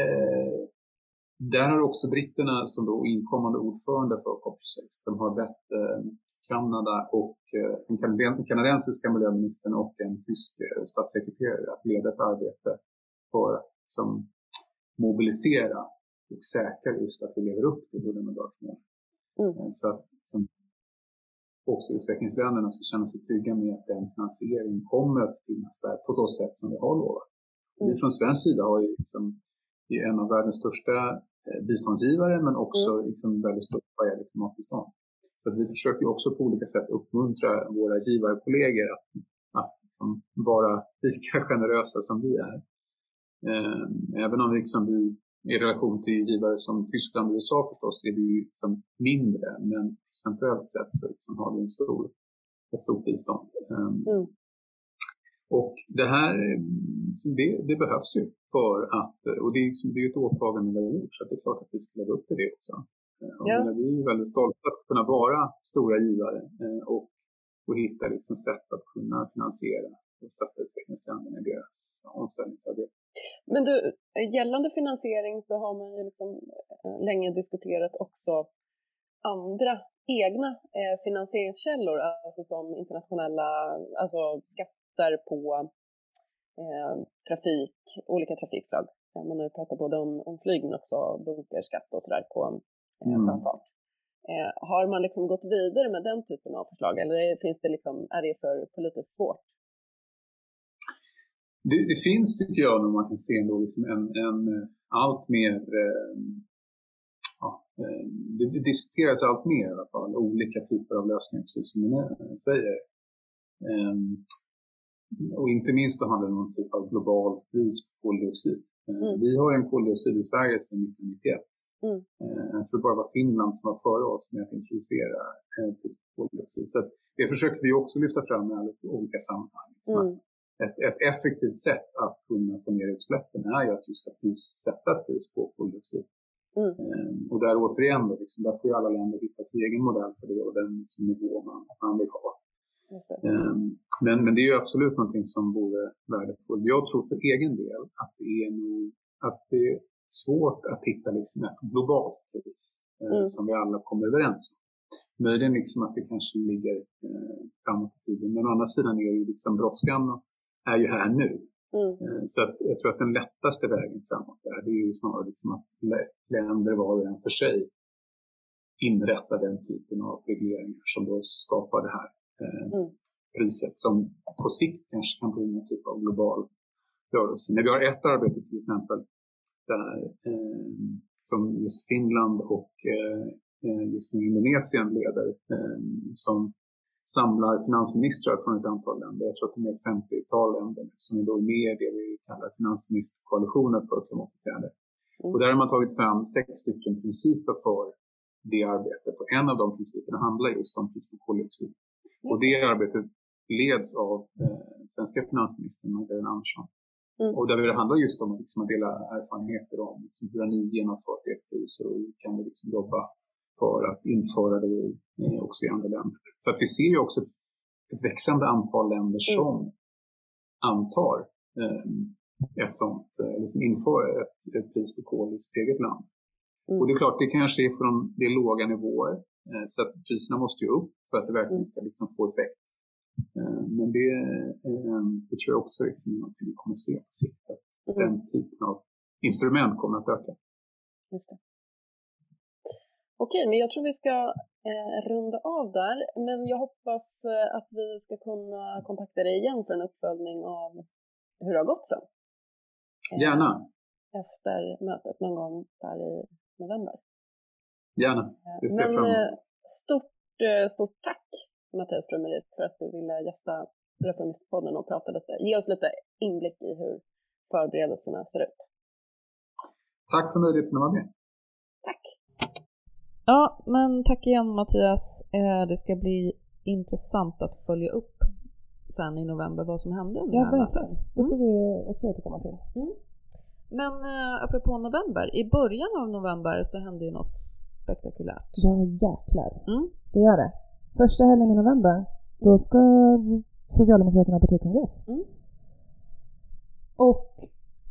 där har också britterna som då inkommande ordförande för COP26, de har bett Kanada och den kanadensiska miljöministern och en tysk statssekreterare att leda ett arbete för att som mobilisera och säkra just att vi lever upp till Budapestmålen. Så att som också utvecklingsländerna ska känna sig trygga med att den finansiering kommer att finnas där på det sätt som vi har lovat. Vi från svensk sida har ju liksom, är en av världens största biståndsgivare, men också liksom väldigt stort vad gäller klimatbistånd. Så att vi försöker också på olika sätt uppmuntra våra givarkollegor att liksom vara lika generösa som vi är. Även om liksom vi i relation till givare som Tyskland och USA förstås är vi ju liksom mindre, men procentuellt sett så liksom har vi ett stort bistånd. Och det här det behövs ju för att, och det är ju ett åtagande vi har gjort, så att det är klart att vi ska leva upp till det också. Vi är ju väldigt stolta att kunna vara stora givare och hitta liksom sätt att kunna finansiera och stötta utvecklingsländerna i deras omställningsarbete. Men du, gällande finansiering så har man ju liksom länge diskuterat också andra egna finansieringskällor, alltså som internationella, alltså skatter på trafik, olika trafikslag. Man har ju pratat både om flyg men också bunkerskatt och sådär på sjöfart. Har man liksom gått vidare med den typen av förslag, eller finns det liksom, är det för politiskt svårt? Det finns, tycker jag, när man kan se ändå liksom en allt mer det diskuteras allt mer i alla fall, olika typer av lösningar, precis som ni säger. Och inte minst då handlar det om någon typ av global pris på koldioxid. Vi har ju en koldioxid i Sverige sedan 1991. Jag tror bara det var Finland som var före oss med att introducera pris på koldioxid. Så det försöker vi också lyfta fram i alla olika sammanhang. Ett effektivt sätt att kunna få ner utsläppen är ju att just sätta ett pris på koldioxid. Och där återigen då, liksom, där får ju alla länder hitta sin egen modell för det och den liksom, nivå man vill ha. Men det är ju absolut någonting som vore värdefullt. Jag tror för egen del att det är svårt att hitta liksom ett globalt pris som vi alla kommer överens om. Möjligen liksom att det kanske ligger framåt i tiden. Men å andra sidan är ju liksom brådskan är ju här nu. Så att jag tror att den lättaste vägen framåt där, det är ju snarare liksom att länder var och en för sig inrättar den typen av regleringar som då skapar det här priset som på sikt kanske kan bli någon typ av global rörelse. Men vi har ett arbete till exempel där som just Finland och just nu Indonesien leder som samlar finansministrar från ett antal länder. Jag tror att det är ett 50-tal länder som är då med i det vi kallar finansministerkoalitioner för klimatåtgärder. Och där har man tagit fram 6 stycken principer för det arbetet. Och en av de principerna handlar just om pris på koldioxid. Och det arbetet leds av svenska finansministern Magdalena Andersson. Och där det handlar just om att liksom dela erfarenheter om liksom hur ni genomfört ert pris och hur kan vi liksom jobba för att införa det också i andra länder. Så att vi ser ju också ett växande antal länder som antar ett sånt, liksom inför ett pris på kol i sitt eget land. Och det är klart, det kanske är från det låga nivåer. Så att priserna måste ju upp för att det verkligen ska liksom få effekt. Men det tror jag också liksom är något vi kommer se på sikt. Att den typen av instrument kommer att öka. Just det. Okej, men jag tror vi ska runda av där. Men jag hoppas att vi ska kunna kontakta dig igen för en uppföljning av hur det har gått sen. Gärna. Efter mötet någon gång där i november. Gärna, det ser jag fram emot. Stort tack Mattias Strömmerit för att du ville gästa Reformistpodden och prata lite. Ge oss lite inblick i hur förberedelserna ser ut. Tack för möjligheten att vara med. Tack. Ja, men tack igen Mattias. Det ska bli intressant att följa upp sen i november vad som hände under verkligen. Det får vi också återkomma till. Men apropå november, i början av november så hände ju något spektakulärt. Ja, jäklar. Det gör det. Första helgen i november, då ska Socialdemokraterna ha partikongress. Och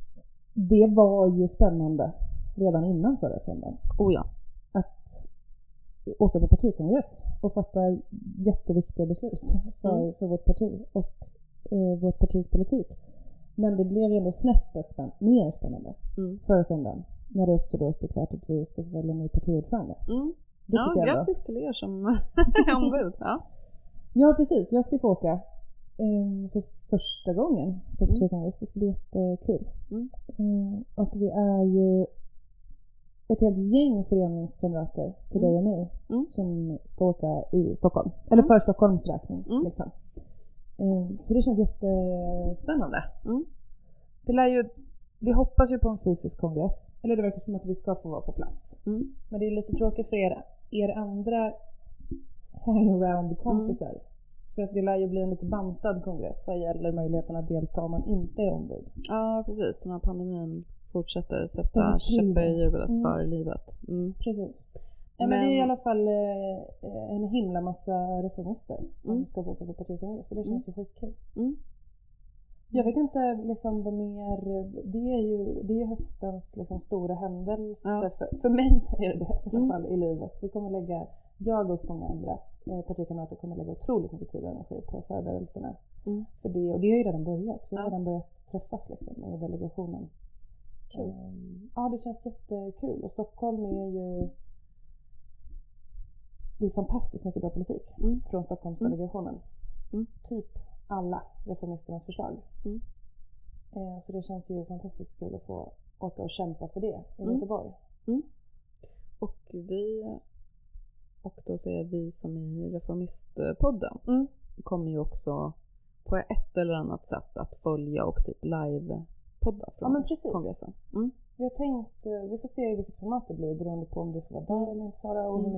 det var ju spännande redan innan förra söndagen. Oh ja. Att åka på partikongress och fatta jätteviktiga beslut för vårt parti och vårt partis politik. Men det blev ju ändå snäppet mer spännande förra söndagen. När det också då stod klart att vi ska få välja ny partiordförande. Det tycker jag grattis till er som ombud. Ja, precis. Jag ska få åka för första gången på partikongress. Det ska bli jättekul. Och vi är ju ett helt gäng föreningskamrater till dig och mig som ska åka i Stockholm. Eller för Stockholms räkning. Liksom. Så det känns jättespännande. Det lär ju, vi hoppas ju på en fysisk kongress. Eller det verkar som att vi ska få vara på plats. Men det är lite tråkigt för er andra hangaround-kompisar. För att det lär ju bli en lite bantad kongress vad gäller möjligheten att delta om man inte är ombud. Ja, precis. Den här pandemin fortsätter sätta käppar i hjulet för livet. Precis. Men det är i alla fall en himla massa reformister som ska få åka på partikongress. Så det känns ju skitkul. Jag vet inte liksom vad mer. Det är ju höstens liksom stora händelse. För mig är det i alla fall i livet. Vi kommer jag och många andra partikamrater kommer lägga otroligt mycket tid och energi på förberedelserna för det. Och det har ju redan börjat. Vi har redan börjat träffas liksom i delegationen. Cool. Ja, det känns jättekul. Och Stockholm är ju... Det är fantastiskt mycket bra politik från Stockholmsdelegationen. Typ alla reformisternas förslag. Så det känns ju fantastiskt kul att få åka och kämpa för det i Göteborg. Och då säger vi som i Reformistpodden kommer ju också på ett eller annat sätt att följa och typ live-podda från kongressen. Vi har tänkt, vi får se i vilket format det blir beroende på om du får vara där eller inte, Sara, och hur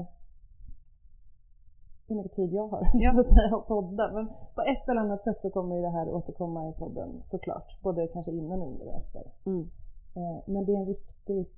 mycket tid jag har att podda. Men på ett eller annat sätt så kommer ju det här återkomma i podden såklart. Både kanske innan, under och efter. Men det är en riktigt...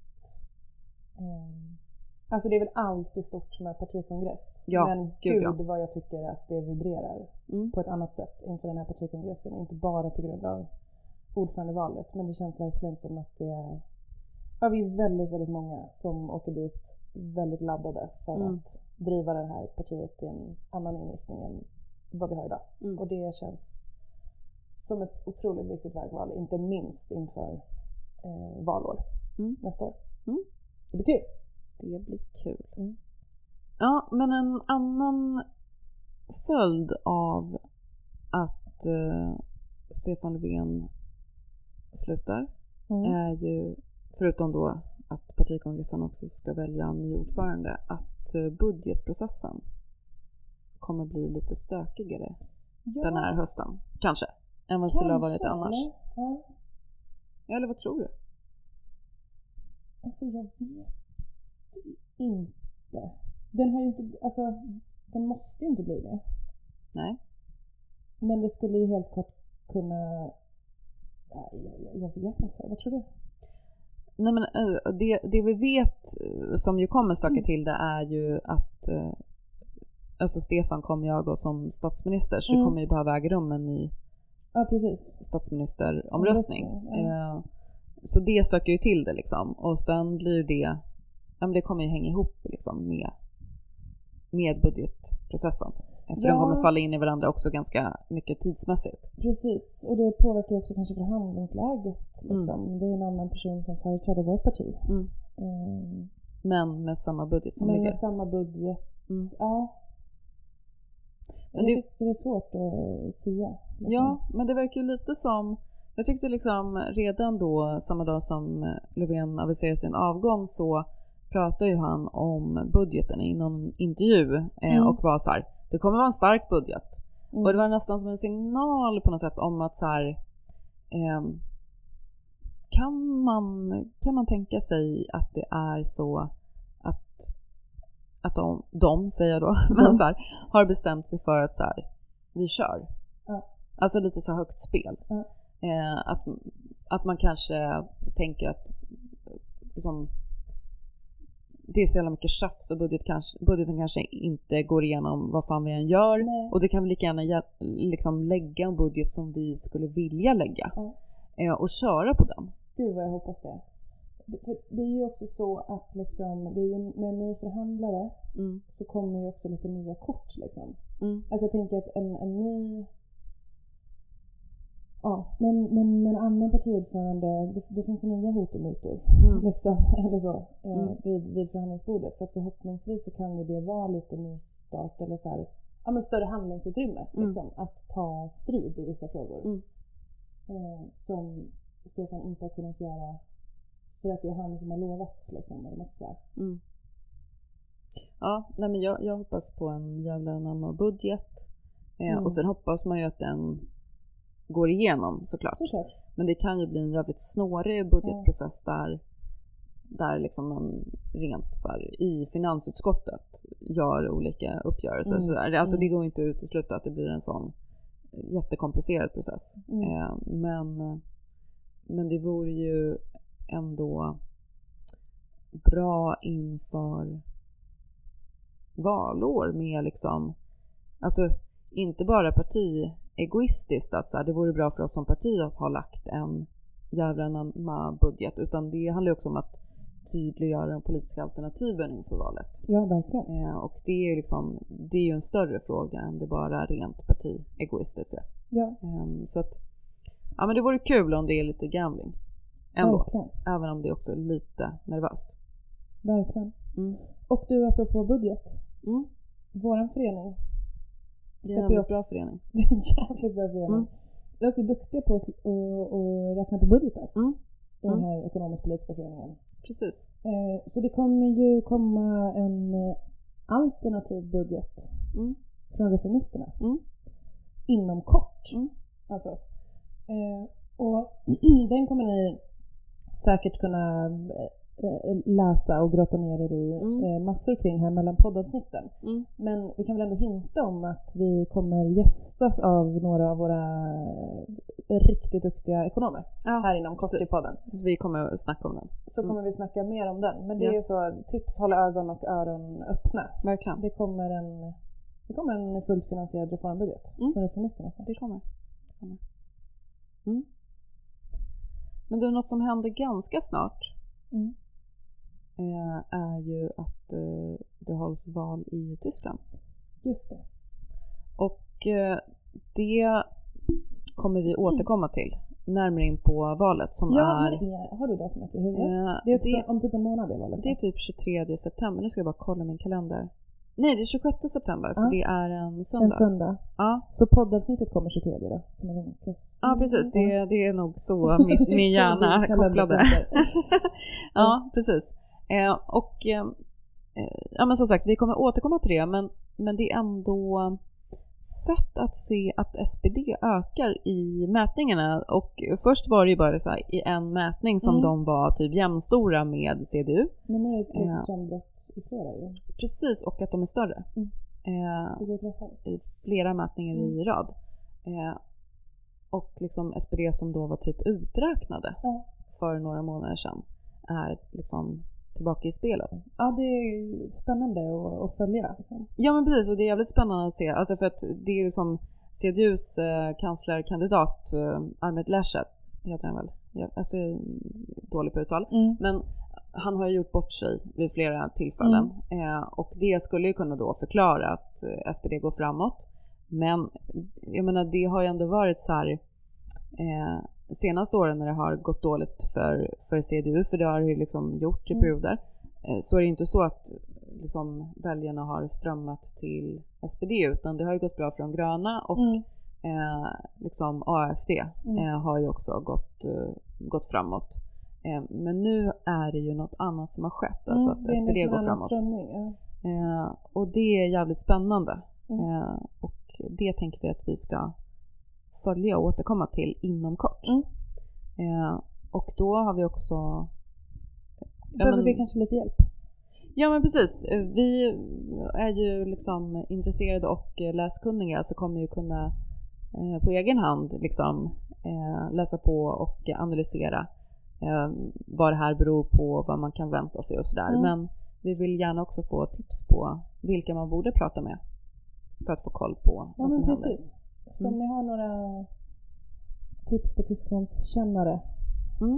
Alltså det är väl alltid stort med partikongress. Men gud vad jag tycker att det vibrerar på ett annat sätt inför den här partikongressen. Inte bara på grund av ordförandevalet. Men det känns verkligen som att det är... Ja, vi är väldigt, väldigt många som åker dit väldigt laddade för att driva det här partiet i en annan inriktning än vad vi har idag. Och det känns som ett otroligt viktigt vägval, inte minst inför valår nästa år. Det blir kul. Det blir kul. Ja, men en annan följd av att Stefan Löfven slutar är ju, förutom då att partikongressen också ska välja en ny ordförande, att budgetprocessen kommer bli lite stökigare den här hösten. Kanske. Än vad skulle ha varit annars. Ja, eller vad tror du? Alltså jag vet inte. Den har ju inte, alltså den måste ju inte bli det. Nej. Men det skulle ju helt klart kunna... Jag vet inte så. Vad tror du? Nej, men det vi vet som ju kommer stöka till det är ju att alltså Stefan kommer jag gå som statsminister, så det kommer ju behöva äga rum en ny statsministeromröstning. Så det stökar ju till det liksom. Och sen blir det, ja, men det kommer ju hänga ihop liksom med budgetprocessen. För den kommer falla in i varandra också ganska mycket tidsmässigt. Precis, och det påverkar ju också kanske förhandlingsläget. Liksom. Det är en annan person som företräder vårt parti. Men med samma budget som ligger. Med samma budget, ja. Men jag tycker det är svårt att säga. Liksom. Ja, men det verkar ju lite som... Jag tyckte liksom redan då, samma dag som Löfven aviserade sin avgång, så pratade ju han om budgeten i någon intervju och var så här: det kommer vara en stark budget. Och det var nästan som en signal på något sätt om att så här, kan man tänka sig att det är så att de säger jag då, men så här, har bestämt sig för att så här, vi kör. Alltså lite så högt spel. Att man kanske tänker att liksom, det är så jävla mycket tjafs och budgeten kanske inte går igenom vad fan vi än gör. Nej. Och det kan vi lika gärna liksom lägga en budget som vi skulle vilja lägga och köra på den. Gud vad jag hoppas det. För det är ju också så att liksom, det är ju med en ny förhandlare så kommer ju också lite nya kort liksom. Alltså jag tänker att en ny... Ja, men en annan partiordförande, då finns det nya hot och mutor liksom, eller så, vid förhandlingsbordet. Så att förhoppningsvis så kan ju det vara lite nystart eller så här, ja, men större handlingsutrymme liksom, att ta strid i vissa frågor. Som Stefan inte har kunnat göra för att det är han som har lovat liksom, eller man ska säga. Ja, nej men jag hoppas på en jävla anamma budget. Och sen hoppas man ju att den går igenom såklart. Men det kan ju bli en jävligt snårig budgetprocess där liksom man rent så här, i finansutskottet gör olika uppgörelser. Så där. Alltså det går inte att utesluta att det blir en sån jättekomplicerad process. Men det vore ju ändå bra inför valår med liksom, alltså inte bara partiegoistiskt att så här, det vore bra för oss som parti att ha lagt en jävla budget, utan det handlar också om att tydliggöra de politiska alternativen inför valet. Ja, verkligen. Och det är liksom, det är ju en större fråga än det bara rent partiegoistiskt. Ja. Så att ja, men det vore kul om det är lite gambling ändå. Verkligen. Även om det är också lite nervöst. Verkligen. Och du, apropå budget. Våran förening. Det är en bra förening. Det är en jävligt bra förening. Vi är också duktiga på att räkna på budgetar. I den här ekonomisk-politiska föreningen. Precis. Så det kommer ju komma en alternativ budget från reformisterna. Inom kort. Alltså. Och den kommer ni säkert kunna läsa och grotta ner er i massor kring här mellan poddavsnitten. Men vi kan väl ändå hinta om att vi kommer gästas av några av våra riktigt duktiga ekonomer här inom kort i podden. Så vi kommer att snacka om den. Så kommer vi snacka mer om den. Men det är så, tips, hålla ögon och öron öppna. Verkligen. Det kommer en fullt finansierad reformbudget från reformisterna snart. Det kommer. Men du, något som händer ganska snart är ju att det hålls val i Tyskland. Just det. Och det kommer vi återkomma till närmare in på valet som har du datumet i huvudet? Det är om typ en månad det valet. Det är typ 23 september. Nu ska jag bara kolla min kalender. Nej, det är 26 september för det är en söndag. En söndag. Ja. Så poddavsnittet kommer 23 då? Kan man tänka. Ja, precis. Det är nog så min hjärna kopplade. Ja, precis. Ja, men som sagt, vi kommer återkomma till det, men det är ändå fett att se att SPD ökar i mätningarna. Och först var det ju bara så här, i en mätning som de var typ jämnstora med CDU. Men nu är det ett litet trendbrott i flera ju. Precis, och att de är större. Det går åt rätt håll. I flera mätningar i rad. Och liksom SPD som då var typ uträknade för några månader sedan är liksom tillbaka i spelet. Ja, det är ju spännande att följa. Liksom. Ja, men precis. Och det är jävligt spännande att se. Alltså för att det är liksom CDUs kanslerkandidat Ahmed Laschet heter han väl. Alltså dålig på uttal. Men han har ju gjort bort sig vid flera tillfällen. Och det skulle ju kunna då förklara att SPD går framåt. Men jag menar, det har ju ändå varit så här senaste åren när det har gått dåligt för CDU, för det har det liksom gjort i perioder, så är det inte så att liksom väljarna har strömmat till SPD, utan det har ju gått bra för de gröna och liksom AFD har ju också gått framåt. Men nu är det ju något annat som har skett, alltså att SPD går framåt. Strömning, och det är jävligt spännande. Och det tänker vi att vi ska följa och återkomma till inom kort. Och då har vi också... Behöver vi kanske lite hjälp? Ja, men precis. Vi är ju liksom intresserade och läskunniga, så kommer ju kunna på egen hand liksom läsa på och analysera vad det här beror på, vad man kan vänta sig och sådär. Men vi vill gärna också få tips på vilka man borde prata med för att få koll på vad som precis. händer. Så om ni har några tips på Tysklands kännare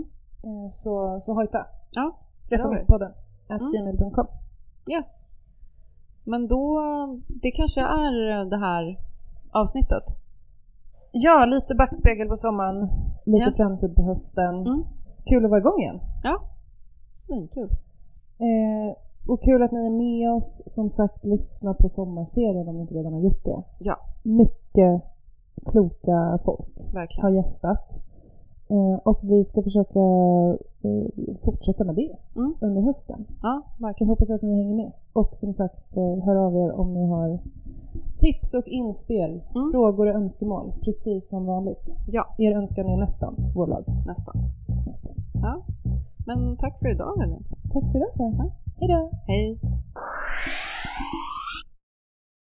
Så hojta. Ja. Reformistpodden @gmail.com. Yes. Men då, det kanske är det här avsnittet. Ja, lite backspegel på sommaren, lite framtid på hösten. Kul att vara igång igen. Ja, svinkul. Och kul att ni är med oss. Som sagt, lyssna på sommarserien om ni inte redan har gjort det. Ja. Mycket kloka folk Verkligen. har gästat. Och vi ska försöka fortsätta med det under hösten. Ja, Jag hoppas att ni hänger med. Och som sagt, hör av er om ni har tips och inspel, frågor och önskemål. Precis som vanligt. Ja. Er önskan är nästan vår lag. Nästan. Ja. Men tack för idag, Elin. Tack för idag, Sara. Hej då. Hej.